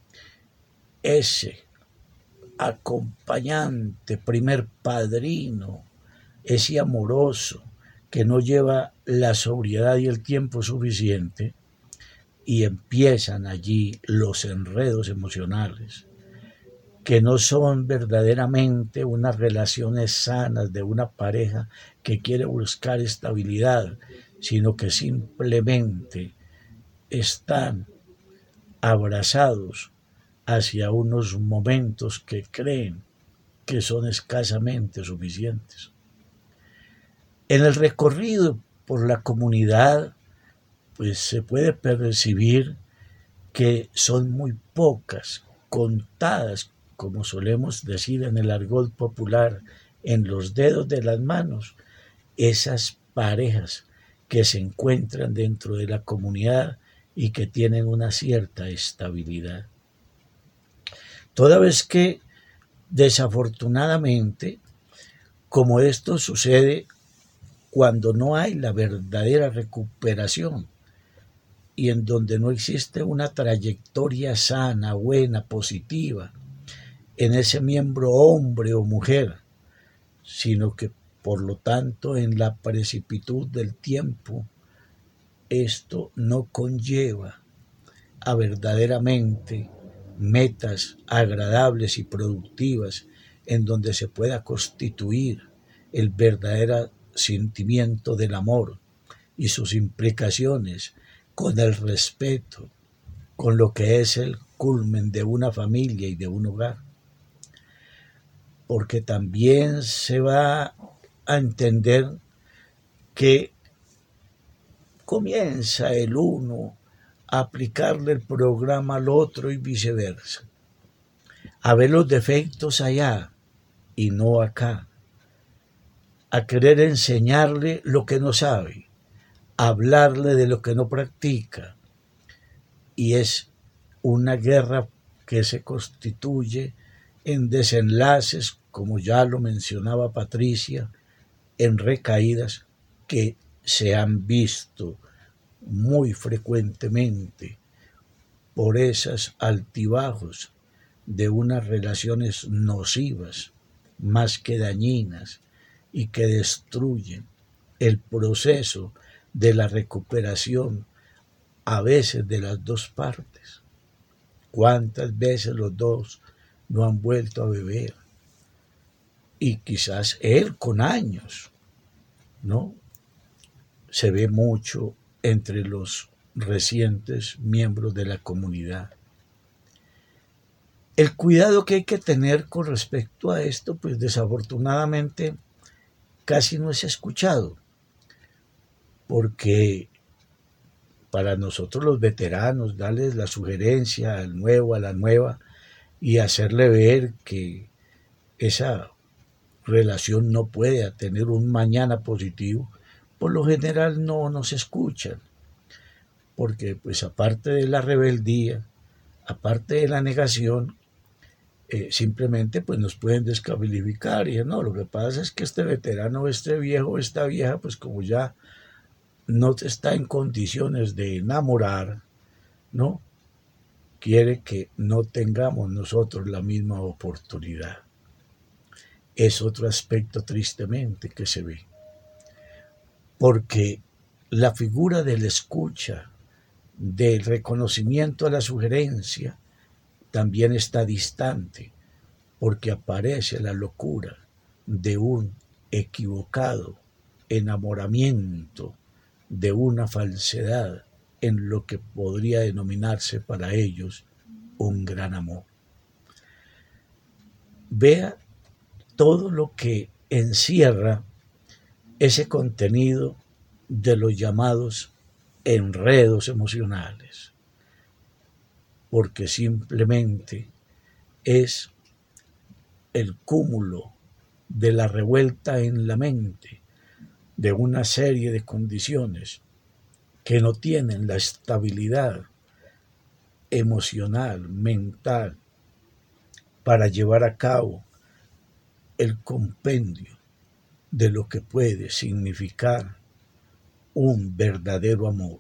ese acompañante, primer padrino, ese amoroso que no lleva la sobriedad y el tiempo suficiente, y empiezan allí los enredos emocionales, que no son verdaderamente unas relaciones sanas de una pareja que quiere buscar estabilidad, sino que simplemente están abrazados hacia unos momentos que creen que son escasamente suficientes. En el recorrido por la comunidad, pues se puede percibir que son muy pocas, contadas, como solemos decir en el argot popular, en los dedos de las manos, esas parejas que se encuentran dentro de la comunidad y que tienen una cierta estabilidad. Toda vez que, desafortunadamente, como esto sucede cuando no hay la verdadera recuperación y en donde no existe una trayectoria sana, buena, positiva en ese miembro hombre o mujer, sino que por lo tanto en la precipitud del tiempo esto no conlleva a verdaderamente metas agradables y productivas en donde se pueda constituir el verdadero sentimiento del amor y sus implicaciones con el respeto, con lo que es el culmen de una familia y de un hogar. Porque también se va a entender que comienza el uno a aplicarle el programa al otro y viceversa, a ver los defectos allá y no acá, a querer enseñarle lo que no sabe, a hablarle de lo que no practica, y es una guerra que se constituye en desenlaces, como ya lo mencionaba Patricia, en recaídas que se han visto muy frecuentemente por esos altibajos de unas relaciones nocivas más que dañinas y que destruyen el proceso de la recuperación a veces de las dos partes. ¿Cuántas veces los dos no han vuelto a beber? Y quizás él con años, ¿no? Se ve mucho entre los recientes miembros de la comunidad. El cuidado que hay que tener con respecto a esto, pues desafortunadamente casi no es escuchado, porque para nosotros los veteranos, darles la sugerencia al nuevo, a la nueva, y hacerle ver que esa relación no puede tener un mañana positivo, por lo general no nos escuchan, porque pues aparte de la rebeldía, aparte de la negación, eh, simplemente pues nos pueden descalificar y no, lo que pasa es que este veterano, este viejo, esta vieja, pues como ya no está en condiciones de enamorar, ¿no? Quiere que no tengamos nosotros la misma oportunidad. Es otro aspecto tristemente que se ve. Porque la figura de la escucha, del reconocimiento a la sugerencia, también está distante, porque aparece la locura de un equivocado enamoramiento, de una falsedad en lo que podría denominarse para ellos un gran amor. Vea todo lo que encierra ese contenido de los llamados enredos emocionales, porque simplemente es el cúmulo de la revuelta en la mente de una serie de condiciones que no tienen la estabilidad emocional, mental, para llevar a cabo el compendio de lo que puede significar un verdadero amor.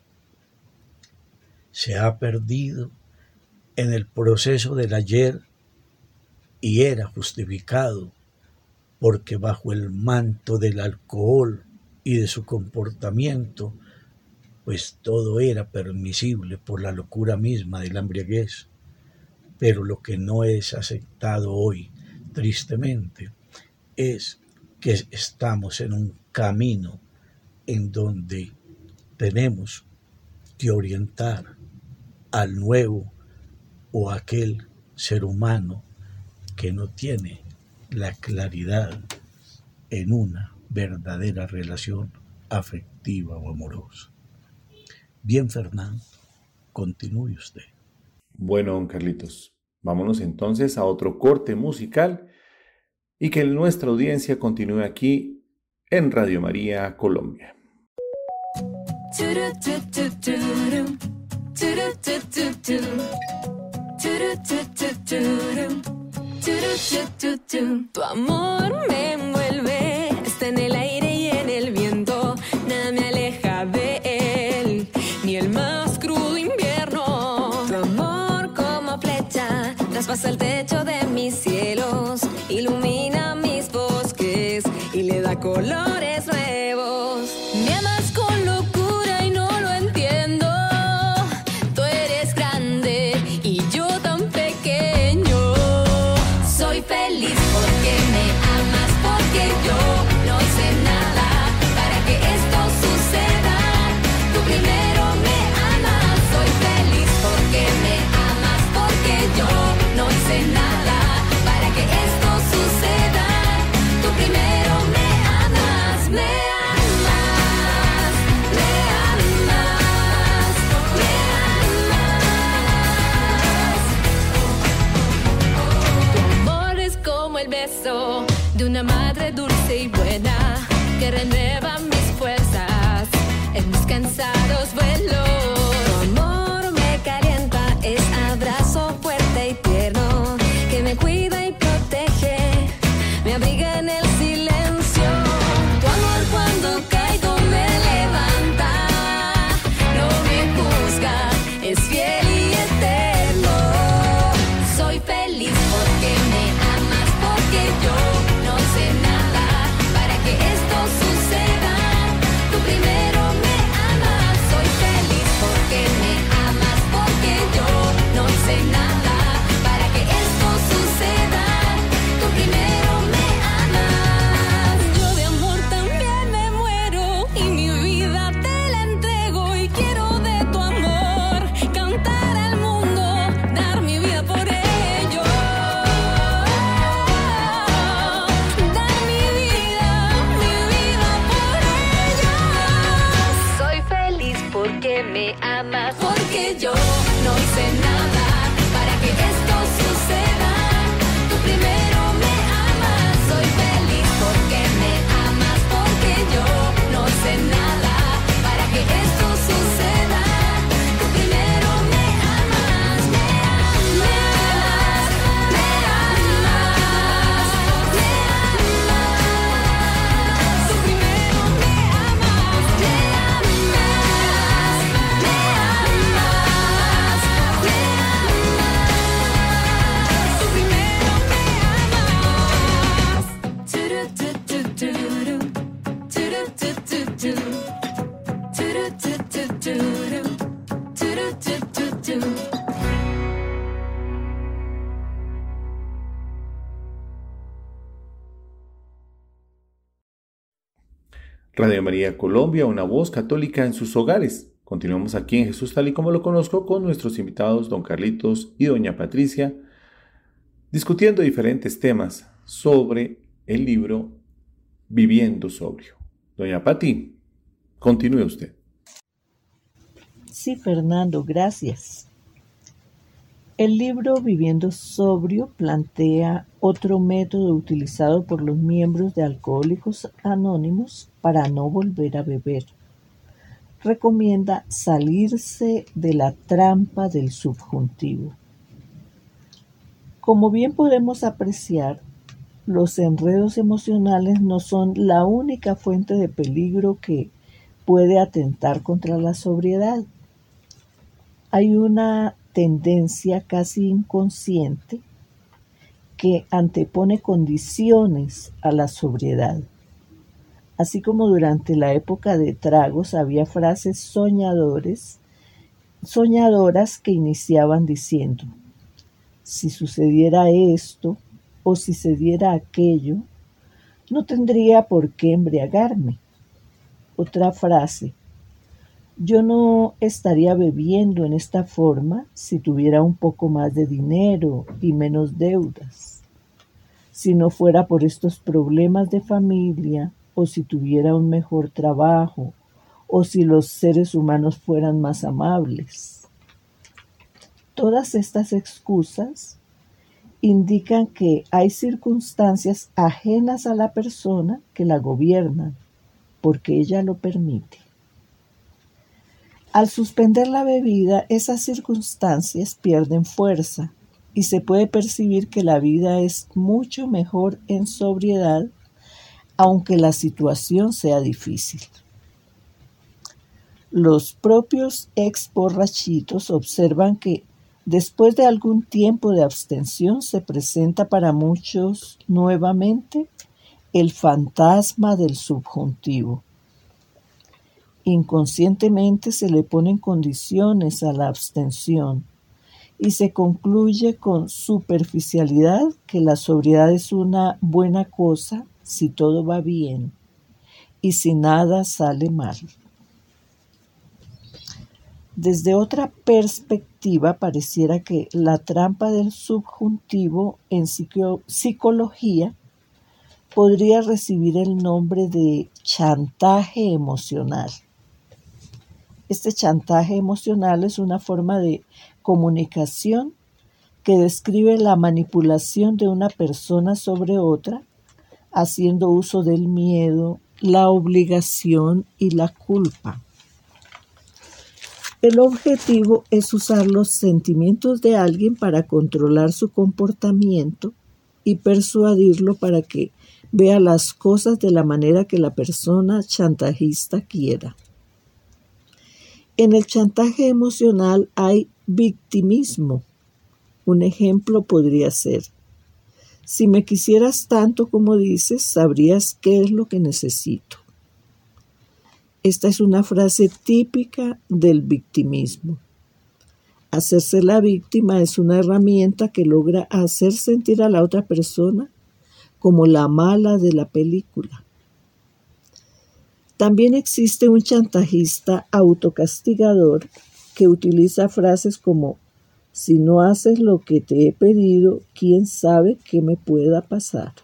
Se ha perdido en el proceso del ayer y era justificado porque bajo el manto del alcohol y de su comportamiento, pues todo era permisible por la locura misma de la embriaguez. Pero lo que no es aceptado hoy, tristemente, es que estamos en un camino en donde tenemos que orientar al nuevo o aquel ser humano que no tiene la claridad en una verdadera relación afectiva o amorosa. Bien, Fernando, continúe usted. Bueno, don Carlitos, vámonos entonces a otro corte musical y que nuestra audiencia continúe aquí en Radio María Colombia. Tu amor me envuelve, está en el aire y en el viento, nada me aleja de él, ni el más crudo invierno. Tu amor como flecha traspasa el techo de mis cielos, ilumina mis bosques y le da colores nuevos. Me amas con locura y no lo entiendo, tú eres grande y yo tan pequeño. Soy feliz porque me amas, porque yo no hice nada para que esto suceda. Tú primero me amas. Soy feliz porque me amas, porque yo no hice nada para que esto suceda. Tú primero me amas, me amas, me amas, me amas. Tu amor es como el beso de una madre dulce y buena que renueva mis fuerzas en mis cansados vuelos. Tu amor me calienta, es abrazo fuerte y tierno que me cuida y protege, me abriga en el silencio. Tu amor cuando caigo me levanta, no me juzga, es fiel y eterno. Soy feliz porque me amas, porque yo no hice nada para que esto suceda. Tú primero me amas. Soy feliz porque me amas, porque yo no hice nada para que esto suceda. Tú primero me amas. Yo de amor también me muero y mi vida te la entrego y quiero de tu amor cantar al mundo, dar mi vida por ello, dar mi vida, mi vida por ello. Soy feliz porque me amas, porque yo no hice nada para que esto suceda. Tú primero me amas. Soy feliz porque me amas, porque yo no hice nada para que esto suceda. Tú primero me amas, me amas, me amas, me amas. Tú primero me amas, me amas, me amas, me amas. Tú primero me amas. Turu-tu-tu-tu-ru, turu-tu-tu-tu, turu-tu-tu-tu-ru, turu-tu-tu-tu. Radio María Colombia, una voz católica en sus hogares. Continuamos aquí en Jesús tal y como lo conozco con nuestros invitados don Carlitos y doña Patricia, discutiendo diferentes temas sobre el libro Viviendo Sobrio. Doña Pati, continúe usted. Sí, Fernando, gracias. El libro Viviendo Sobrio plantea otro método utilizado por los miembros de Alcohólicos Anónimos para no volver a beber. Recomienda salirse de la trampa del subjuntivo. Como bien podemos apreciar, los enredos emocionales no son la única fuente de peligro que puede atentar contra la sobriedad. Hay una tendencia casi inconsciente que antepone condiciones a la sobriedad. Así como durante la época de tragos había frases soñadores, soñadoras que iniciaban diciendo: si sucediera esto o si se diera aquello, no tendría por qué embriagarme. Otra frase: yo no estaría bebiendo en esta forma si tuviera un poco más de dinero y menos deudas. Si no fuera por estos problemas de familia, o si tuviera un mejor trabajo, o si los seres humanos fueran más amables. Todas estas excusas indican que hay circunstancias ajenas a la persona que la gobiernan, porque ella lo permite. Al suspender la bebida, esas circunstancias pierden fuerza y se puede percibir que la vida es mucho mejor en sobriedad, aunque la situación sea difícil. Los propios ex borrachitos observan que después de algún tiempo de abstención se presenta para muchos nuevamente el fantasma del subjuntivo. Inconscientemente se le ponen condiciones a la abstención y se concluye con superficialidad que la sobriedad es una buena cosa si todo va bien y si nada sale mal. Desde otra perspectiva, pareciera que la trampa del subjuntivo en psicología podría recibir el nombre de chantaje emocional. Este chantaje emocional es una forma de comunicación que describe la manipulación de una persona sobre otra, haciendo uso del miedo, la obligación y la culpa. El objetivo es usar los sentimientos de alguien para controlar su comportamiento y persuadirlo para que vea las cosas de la manera que la persona chantajista quiera. En el chantaje emocional hay victimismo. Un ejemplo podría ser: si me quisieras tanto como dices, sabrías qué es lo que necesito. Esta es una frase típica del victimismo. Hacerse la víctima es una herramienta que logra hacer sentir a la otra persona como la mala de la película. También existe un chantajista autocastigador que utiliza frases como: si no haces lo que te he pedido, ¿quién sabe qué me pueda pasar?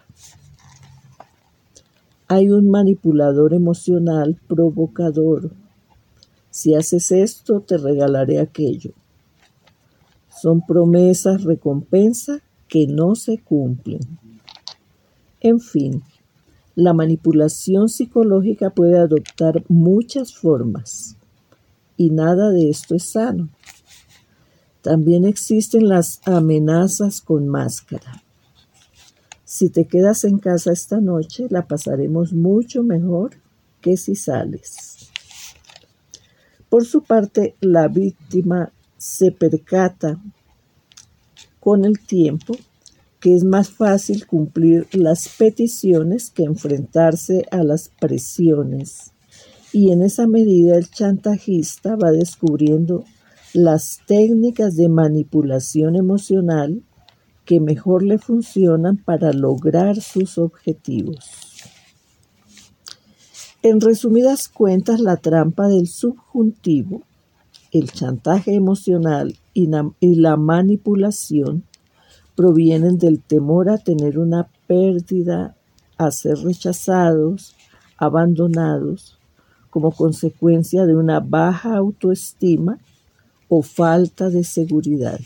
Hay un manipulador emocional provocador: si haces esto, te regalaré aquello. Son promesas recompensa que no se cumplen. En fin, la manipulación psicológica puede adoptar muchas formas y nada de esto es sano. También existen las amenazas con máscara. Si te quedas en casa esta noche, la pasaremos mucho mejor que si sales. Por su parte, la víctima se percata con el tiempo que es más fácil cumplir las peticiones que enfrentarse a las presiones, y en esa medida el chantajista va descubriendo las técnicas de manipulación emocional que mejor le funcionan para lograr sus objetivos. En resumidas cuentas, la trampa del subjuntivo, el chantaje emocional y la, y la manipulación provienen del temor a tener una pérdida, a ser rechazados, abandonados, como consecuencia de una baja autoestima o falta de seguridad.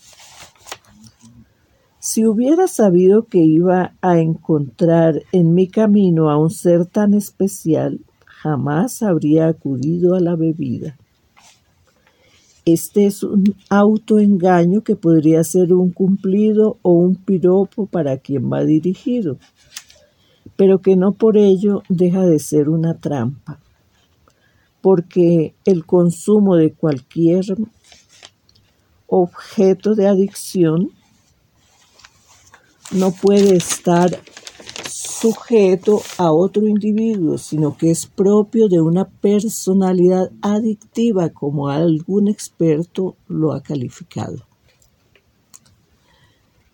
Si hubiera sabido que iba a encontrar en mi camino a un ser tan especial, jamás habría acudido a la bebida. Este es un autoengaño que podría ser un cumplido o un piropo para quien va dirigido, pero que no por ello deja de ser una trampa, porque el consumo de cualquier objeto de adicción no puede estar sujeto a otro individuo, sino que es propio de una personalidad adictiva, como algún experto lo ha calificado.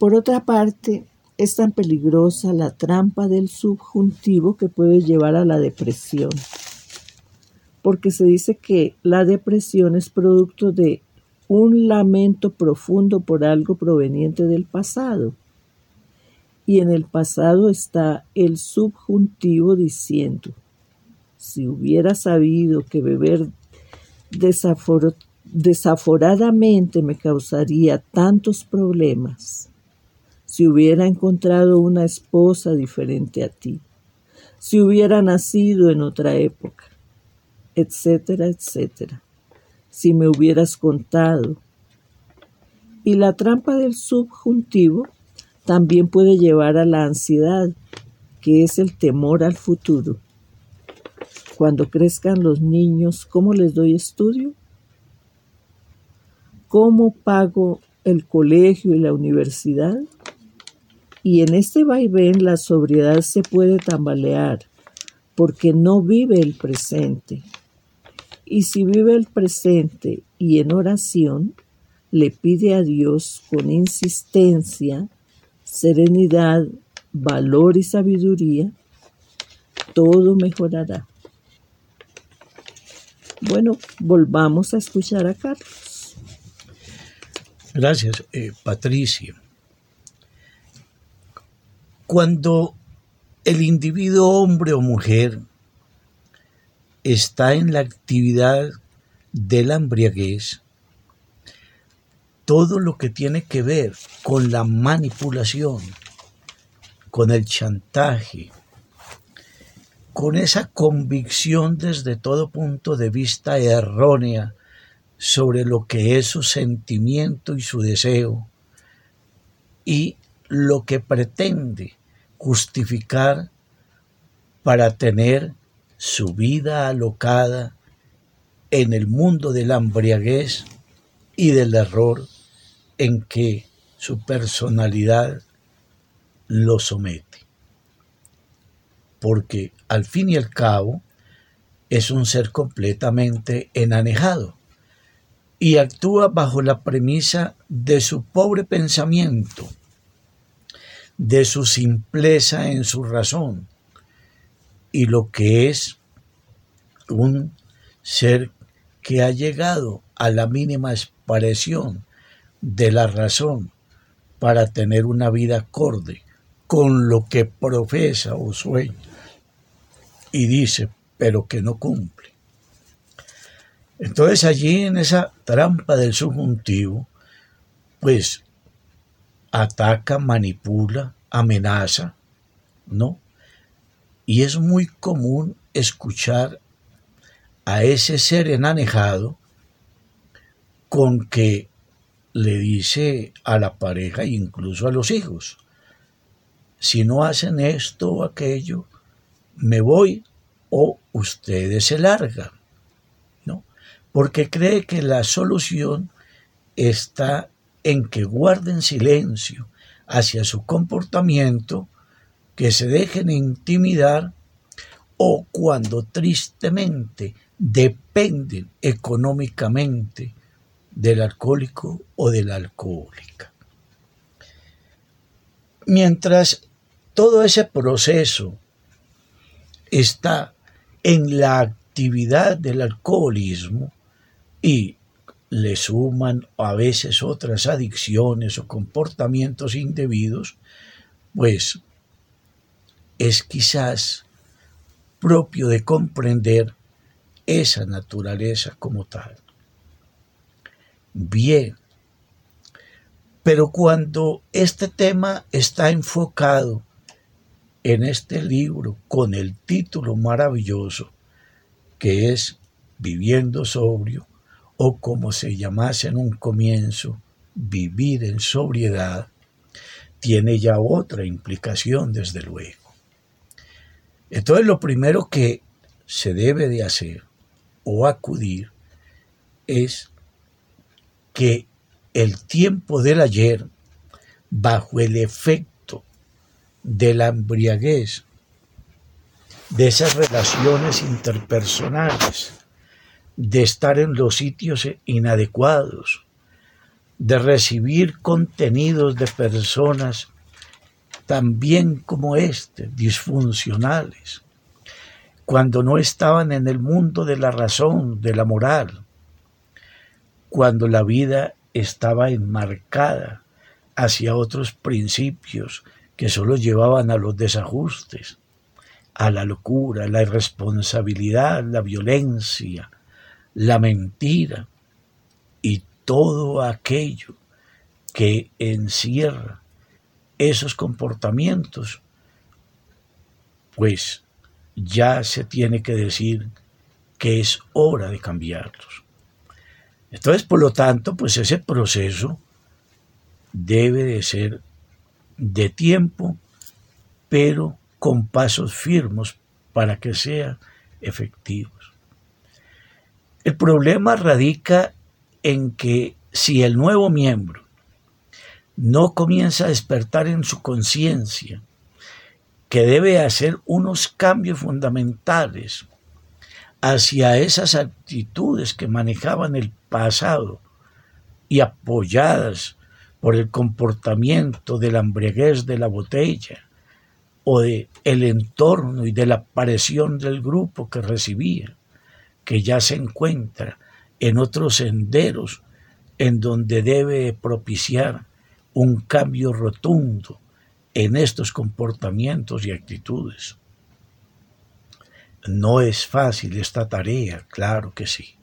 Por otra parte, es tan peligrosa la trampa del subjuntivo que puede llevar a la depresión, porque se dice que la depresión es producto de un lamento profundo por algo proveniente del pasado. Y en el pasado está el subjuntivo diciendo: si hubiera sabido que beber desafor- desaforadamente me causaría tantos problemas, si hubiera encontrado una esposa diferente a ti, si hubiera nacido en otra época, etcétera, etcétera, si me hubieras contado. Y la trampa del subjuntivo también puede llevar a la ansiedad, que es el temor al futuro. Cuando crezcan los niños, ¿cómo les doy estudio? ¿Cómo pago el colegio y la universidad? Y en este vaivén la sobriedad se puede tambalear, porque no vive el presente. Y si vive el presente y en oración, le pide a Dios con insistencia, serenidad, valor y sabiduría, todo mejorará. Bueno, volvamos a escuchar a Carlos. Gracias, eh, Patricia. Cuando el individuo, hombre o mujer, está en la actividad de la embriaguez, todo lo que tiene que ver con la manipulación, con el chantaje, con esa convicción desde todo punto de vista errónea sobre lo que es su sentimiento y su deseo, y lo que pretende justificar para tener su vida alocada en el mundo de la embriaguez y del error en que su personalidad lo somete. Porque al fin y al cabo es un ser completamente enanejado y actúa bajo la premisa de su pobre pensamiento, de su simpleza en su razón, y lo que es un ser que ha llegado a la mínima expresión de la razón para tener una vida acorde con lo que profesa o sueña y dice, pero que no cumple. Entonces allí en esa trampa del subjuntivo, pues ataca, manipula, amenaza, ¿no? Y es muy común escuchar a ese ser enanejado con que le dice a la pareja e incluso a los hijos, si no hacen esto o aquello, me voy o ustedes se largan, ¿no? Porque cree que la solución está en que guarden silencio hacia su comportamiento, que se dejen intimidar o cuando tristemente dependen económicamente del alcohólico o de la alcohólica. Mientras todo ese proceso está en la actividad del alcoholismo y le suman a veces otras adicciones o comportamientos indebidos, pues es quizás propio de comprender esa naturaleza como tal. Bien, pero cuando este tema está enfocado en este libro con el título maravilloso que es Viviendo sobrio, o como se llamase en un comienzo, Vivir en sobriedad, tiene ya otra implicación desde luego. Entonces lo primero que se debe de hacer o acudir es que el tiempo del ayer, bajo el efecto de la embriaguez, de esas relaciones interpersonales, de estar en los sitios inadecuados, de recibir contenidos de personas también como este, disfuncionales, cuando no estaban en el mundo de la razón, de la moral, cuando la vida estaba enmarcada hacia otros principios que solo llevaban a los desajustes, a la locura, la irresponsabilidad, la violencia, la mentira y todo aquello que encierra esos comportamientos, pues ya se tiene que decir que es hora de cambiarlos. Entonces, por lo tanto, pues ese proceso debe de ser de tiempo, pero con pasos firmes para que sean efectivos. El problema radica en que si el nuevo miembro no comienza a despertar en su conciencia que debe hacer unos cambios fundamentales hacia esas actitudes que manejaban el pasado y apoyadas por el comportamiento de la embriaguez de la botella o de el entorno y de la presión del grupo que recibía, que ya se encuentra en otros senderos en donde debe propiciar un cambio rotundo en estos comportamientos y actitudes. No es fácil esta tarea, claro que sí.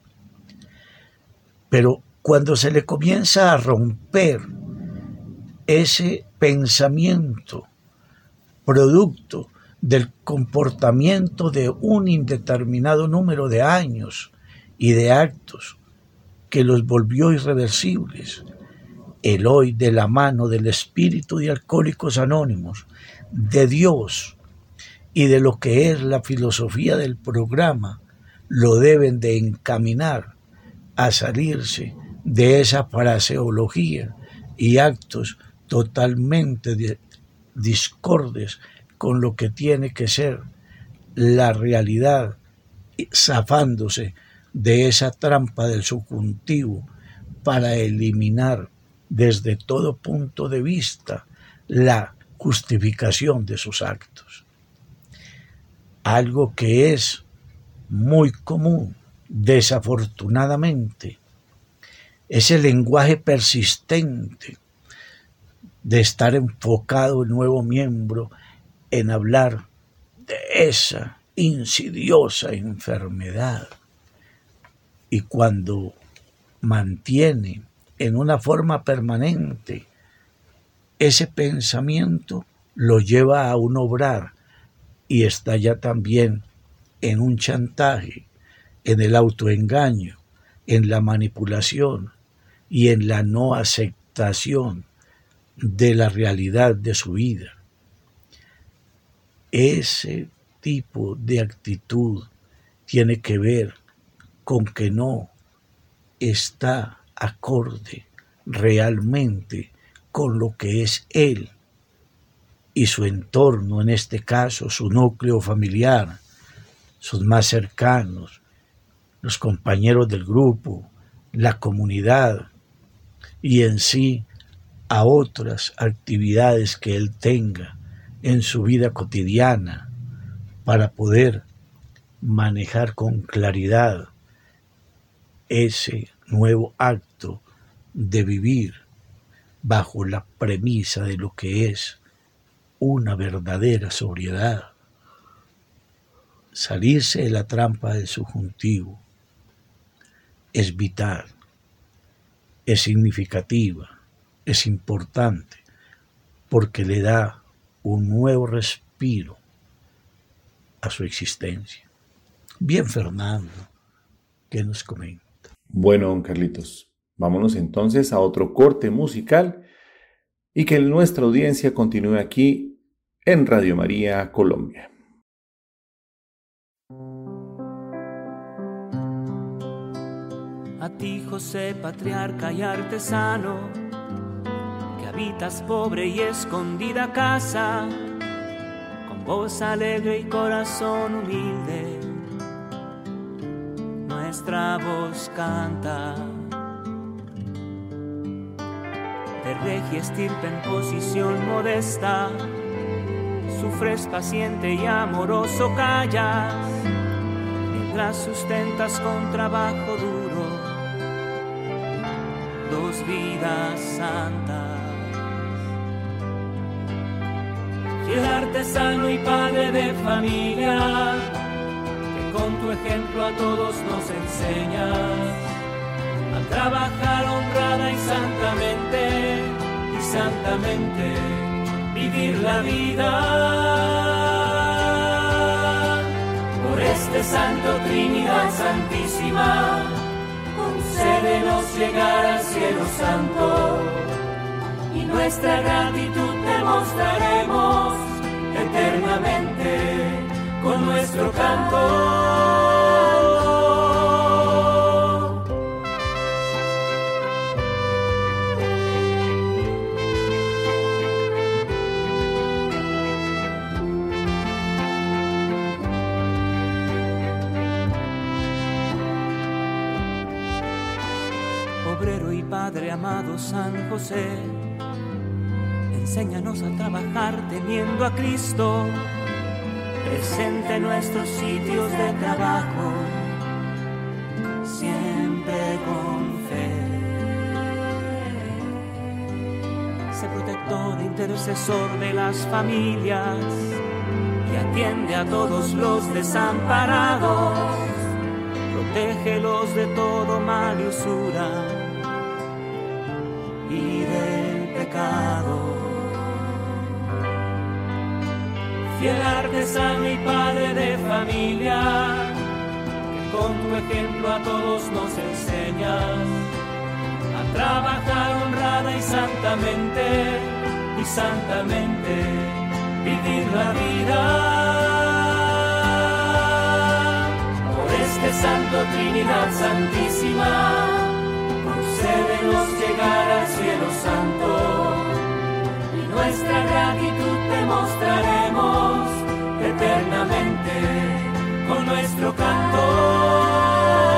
Pero cuando se le comienza a romper ese pensamiento producto del comportamiento de un indeterminado número de años y de actos que los volvió irreversibles, el hoy de la mano del espíritu de Alcohólicos Anónimos, de Dios y de lo que es la filosofía del programa, lo deben de encaminar a salirse de esa fraseología y actos totalmente de, discordes con lo que tiene que ser la realidad, zafándose de esa trampa del subjuntivo para eliminar desde todo punto de vista la justificación de sus actos. Algo que es muy común, desafortunadamente, es el lenguaje persistente de estar enfocado el nuevo miembro en hablar de esa insidiosa enfermedad. Y cuando mantiene en una forma permanente ese pensamiento, lo lleva a un obrar y está ya también en un chantaje, en el autoengaño, en la manipulación y en la no aceptación de la realidad de su vida. Ese tipo de actitud tiene que ver con que no está acorde realmente con lo que es él y su entorno, en este caso su núcleo familiar, sus más cercanos, los compañeros del grupo, la comunidad y en sí a otras actividades que él tenga en su vida cotidiana para poder manejar con claridad ese nuevo acto de vivir bajo la premisa de lo que es una verdadera sobriedad. Salirse de la trampa del subjuntivo es vital, es significativa, es importante, porque le da un nuevo respiro a su existencia. Bien, Fernando, ¿qué nos comenta? Bueno, don Carlitos, vámonos entonces a otro corte musical y que nuestra audiencia continúe aquí en Radio María Colombia. A ti, José, patriarca y artesano, que habitas pobre y escondida casa, con voz alegre y corazón humilde, nuestra voz canta. de regia estirpe en posición modesta, sufres paciente y amoroso callas, mientras sustentas con trabajo duro dos vidas santas. Fiel artesano y padre de familia, que con tu ejemplo a todos nos enseñas a trabajar honrada y santamente, y santamente vivir la vida. Por este Santo Trinidad Santísima, concédenos llegar al cielo santo, y nuestra gratitud te mostraremos eternamente con nuestro canto. Obrero y Padre amado San José, enséñanos a trabajar teniendo a Cristo presente en nuestros sitios de trabajo, siempre con fe. Sé protector e intercesor de las familias y atiende a todos los desamparados, protégelos de todo mal y usura y del pecado. Fiel artesano y padre de familia, que con tu ejemplo a todos nos enseñas a trabajar honrada y santamente, y santamente vivir la vida. Por este Santo Trinidad Santísima, concédenos llegar al cielo santo, y nuestra gratitud te mostraremos eternamente con nuestro canto.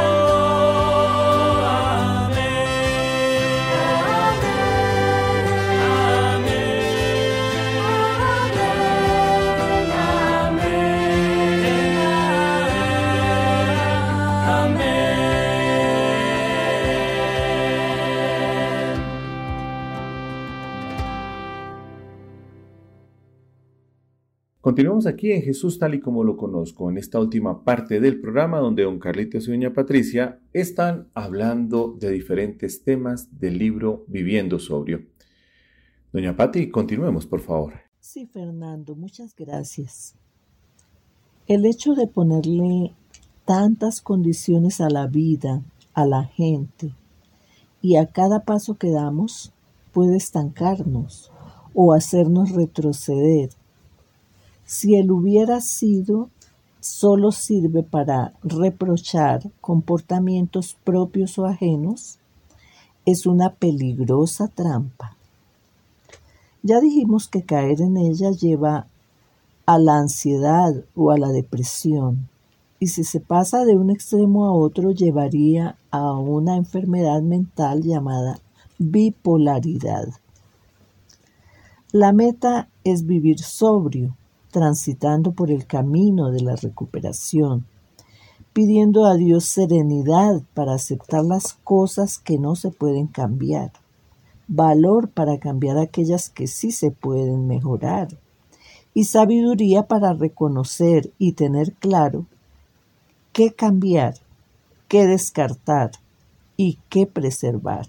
Continuamos aquí en Jesús tal y como lo conozco, en esta última parte del programa donde don Carlitos y doña Patricia están hablando de diferentes temas del libro Viviendo Sobrio. Doña Pati, continuemos, por favor. Sí, Fernando, muchas gracias. El hecho de ponerle tantas condiciones a la vida, a la gente, y a cada paso que damos puede estancarnos o hacernos retroceder. Si él hubiera sido, solo sirve para reprochar comportamientos propios o ajenos, es una peligrosa trampa. Ya dijimos que caer en ella lleva a la ansiedad o a la depresión, y si se pasa de un extremo a otro llevaría a una enfermedad mental llamada bipolaridad. La meta es vivir sobrio, transitando por el camino de la recuperación, pidiendo a Dios serenidad para aceptar las cosas que no se pueden cambiar, valor para cambiar aquellas que sí se pueden mejorar, y sabiduría para reconocer y tener claro qué cambiar, qué descartar y qué preservar.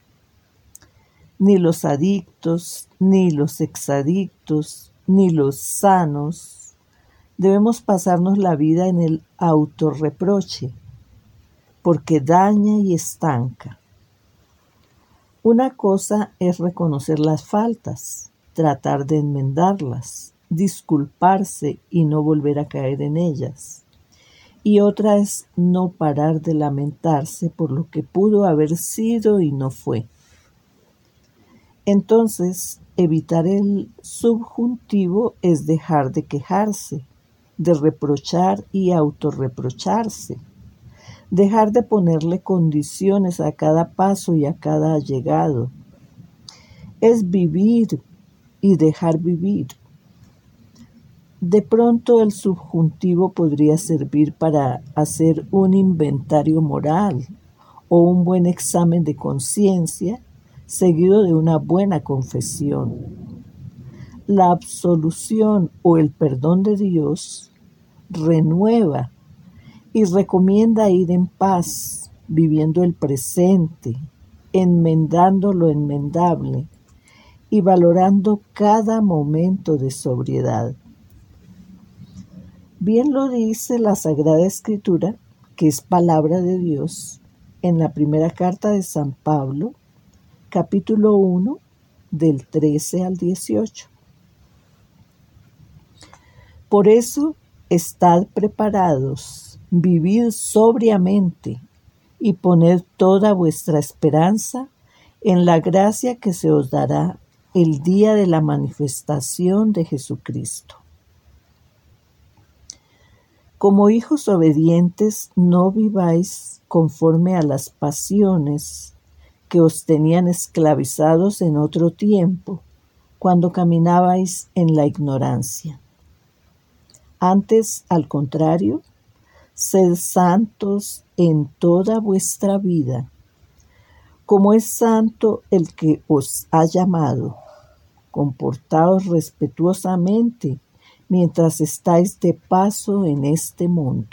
Ni los adictos, ni los exadictos, ni los sanos debemos pasarnos la vida en el autorreproche, porque daña y estanca. Una cosa es reconocer las faltas, tratar de enmendarlas, disculparse y no volver a caer en ellas. Y otra es no parar de lamentarse por lo que pudo haber sido y no fue. Entonces, evitar el subjuntivo es dejar de quejarse, de reprochar y autorreprocharse, dejar de ponerle condiciones a cada paso y a cada llegado. es vivir y dejar vivir. De pronto el subjuntivo podría servir para hacer un inventario moral o un buen examen de conciencia seguido de una buena confesión. La absolución o el perdón de Dios renueva y recomienda ir en paz, viviendo el presente, enmendando lo enmendable y valorando cada momento de sobriedad. Bien lo dice la Sagrada Escritura, que es palabra de Dios, en la primera carta de San Pablo, capítulo uno, del trece al dieciocho. Por eso, estad preparados, vivid sobriamente y poned toda vuestra esperanza en la gracia que se os dará el día de la manifestación de Jesucristo. Como hijos obedientes, no viváis conforme a las pasiones que os tenían esclavizados en otro tiempo, cuando caminabais en la ignorancia. Antes, al contrario, sed santos en toda vuestra vida, como es santo el que os ha llamado. Comportaos respetuosamente mientras estáis de paso en este mundo.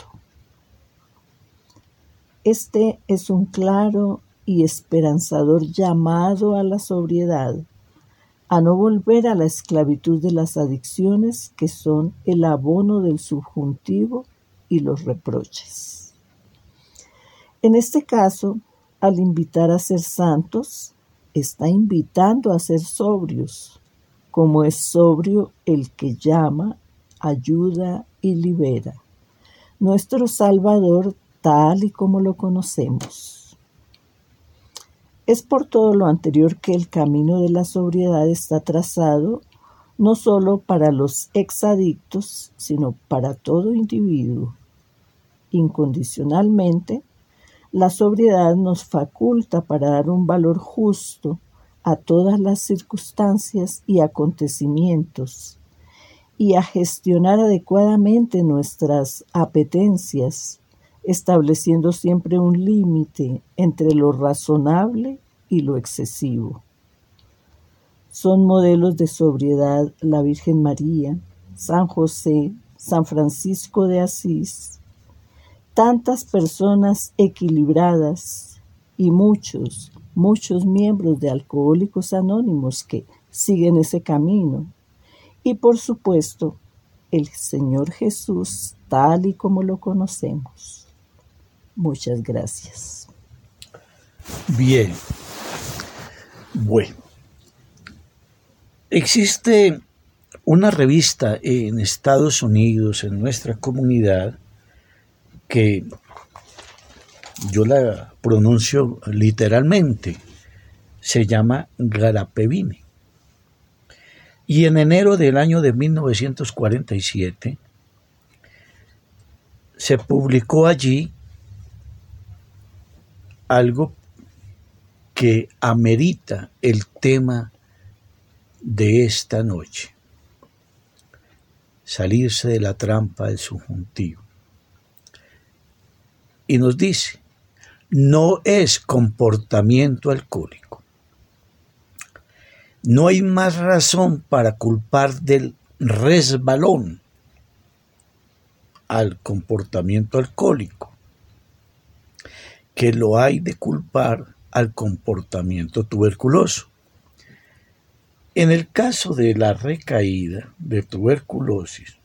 Este es un claro y esperanzador llamado a la sobriedad, a no volver a la esclavitud de las adicciones que son el abono del subjuntivo y los reproches. En este caso, al invitar a ser santos, está invitando a ser sobrios, como es sobrio el que llama, ayuda y libera, nuestro Salvador tal y como lo conocemos. Es por todo lo anterior que el camino de la sobriedad está trazado no solo para los exadictos, sino para todo individuo. Incondicionalmente, la sobriedad nos faculta para dar un valor justo a todas las circunstancias y acontecimientos y a gestionar adecuadamente nuestras apetencias, estableciendo siempre un límite entre lo razonable y lo excesivo. Son modelos de sobriedad la Virgen María, San José, San Francisco de Asís, tantas personas equilibradas y muchos, muchos miembros de Alcohólicos Anónimos que siguen ese camino. Y por supuesto, el Señor Jesús tal y como lo conocemos. Muchas gracias. Bien. Bueno. Existe una revista en Estados Unidos, en nuestra comunidad, que yo la pronuncio literalmente, se llama Garapevine. Y en enero del año de mil novecientos cuarenta y siete se publicó allí algo que amerita el tema de esta noche: salirse de la trampa del subjuntivo. Y nos dice, no es comportamiento alcohólico. No hay más razón para culpar del resbalón al comportamiento alcohólico que lo hay de culpar al comportamiento tuberculoso. En el caso de la recaída de tuberculosis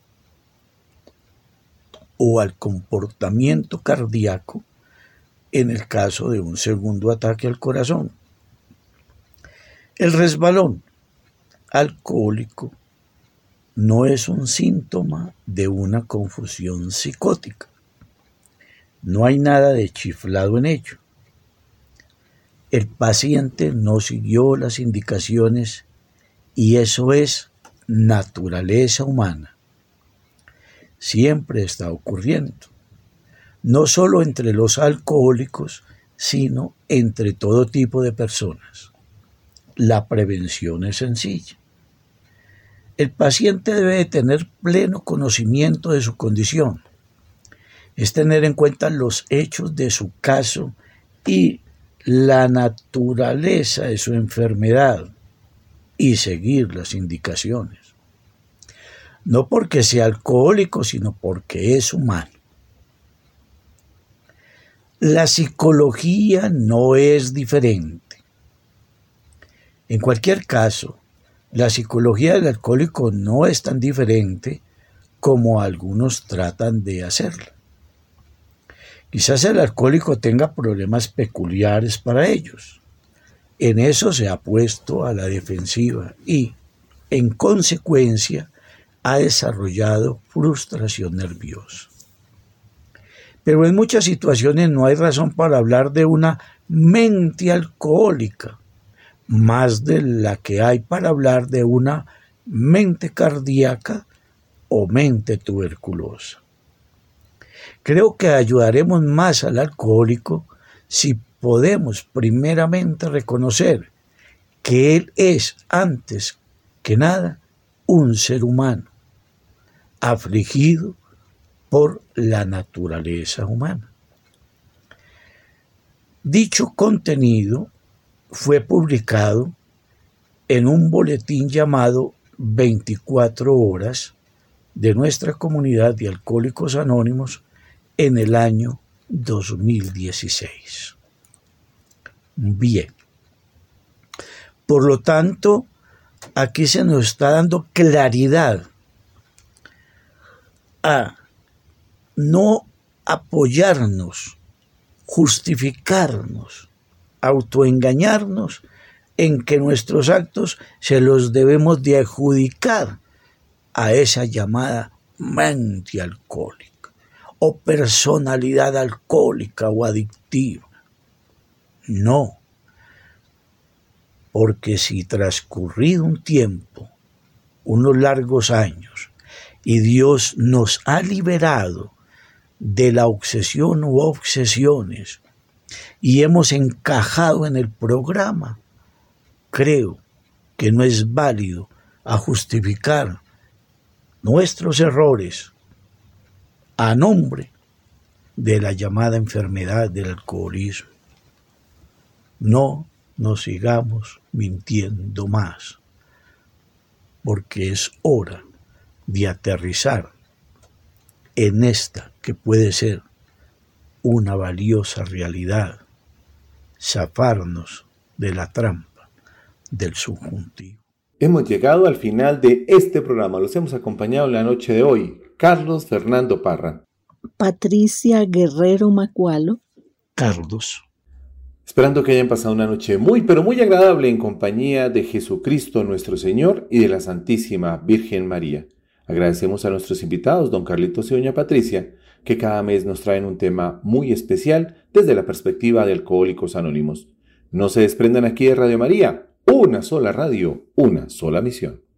o al comportamiento cardíaco, en el caso de un segundo ataque al corazón. El resbalón alcohólico no es un síntoma de una confusión psicótica. No hay nada de chiflado en ello. El paciente no siguió las indicaciones y eso es naturaleza humana. Siempre está ocurriendo, no solo entre los alcohólicos, sino entre todo tipo de personas. la prevención es sencilla. El paciente debe tener pleno conocimiento de su condición. Es tener en cuenta los hechos de su caso y la naturaleza de su enfermedad y seguir las indicaciones. No porque sea alcohólico, sino porque es humano. La psicología no es diferente. En cualquier caso, la psicología del alcohólico no es tan diferente como algunos tratan de hacerla. Quizás el alcohólico tenga problemas peculiares para ellos. En eso se ha puesto a la defensiva y, en consecuencia, ha desarrollado frustración nerviosa. Pero en muchas situaciones no hay razón para hablar de una mente alcohólica, más de la que hay para hablar de una mente cardíaca o mente tuberculosa. Creo que ayudaremos más al alcohólico si podemos primeramente reconocer que él es, antes que nada, un ser humano, afligido por la naturaleza humana. Dicho contenido fue publicado en un boletín llamado veinticuatro horas de nuestra comunidad de Alcohólicos Anónimos en el año dos mil dieciséis. Bien. Por lo tanto, aquí se nos está dando claridad a no apoyarnos, justificarnos, autoengañarnos en que nuestros actos se los debemos de adjudicar a esa llamada mente alcohólica o personalidad alcohólica o adictiva. No, porque si transcurrido un tiempo, unos largos años, y Dios nos ha liberado de la obsesión u obsesiones y hemos encajado en el programa, creo que no es válido a justificar nuestros errores a nombre de la llamada enfermedad del alcoholismo. No nos sigamos mintiendo más, porque es hora de aterrizar en esta que puede ser una valiosa realidad, zafarnos de la trampa del subjuntivo. Hemos llegado al final de este programa. Los hemos acompañado en la noche de hoy. Carlos Fernando Parra. Patricia Guerrero Macualo. Carlos. Esperando que hayan pasado una noche muy, pero muy agradable en compañía de Jesucristo nuestro Señor y de la Santísima Virgen María. Agradecemos a nuestros invitados, don Carlitos y doña Patricia, que cada mes nos traen un tema muy especial desde la perspectiva de Alcohólicos Anónimos. No se desprendan aquí de Radio María, una sola radio, una sola misión.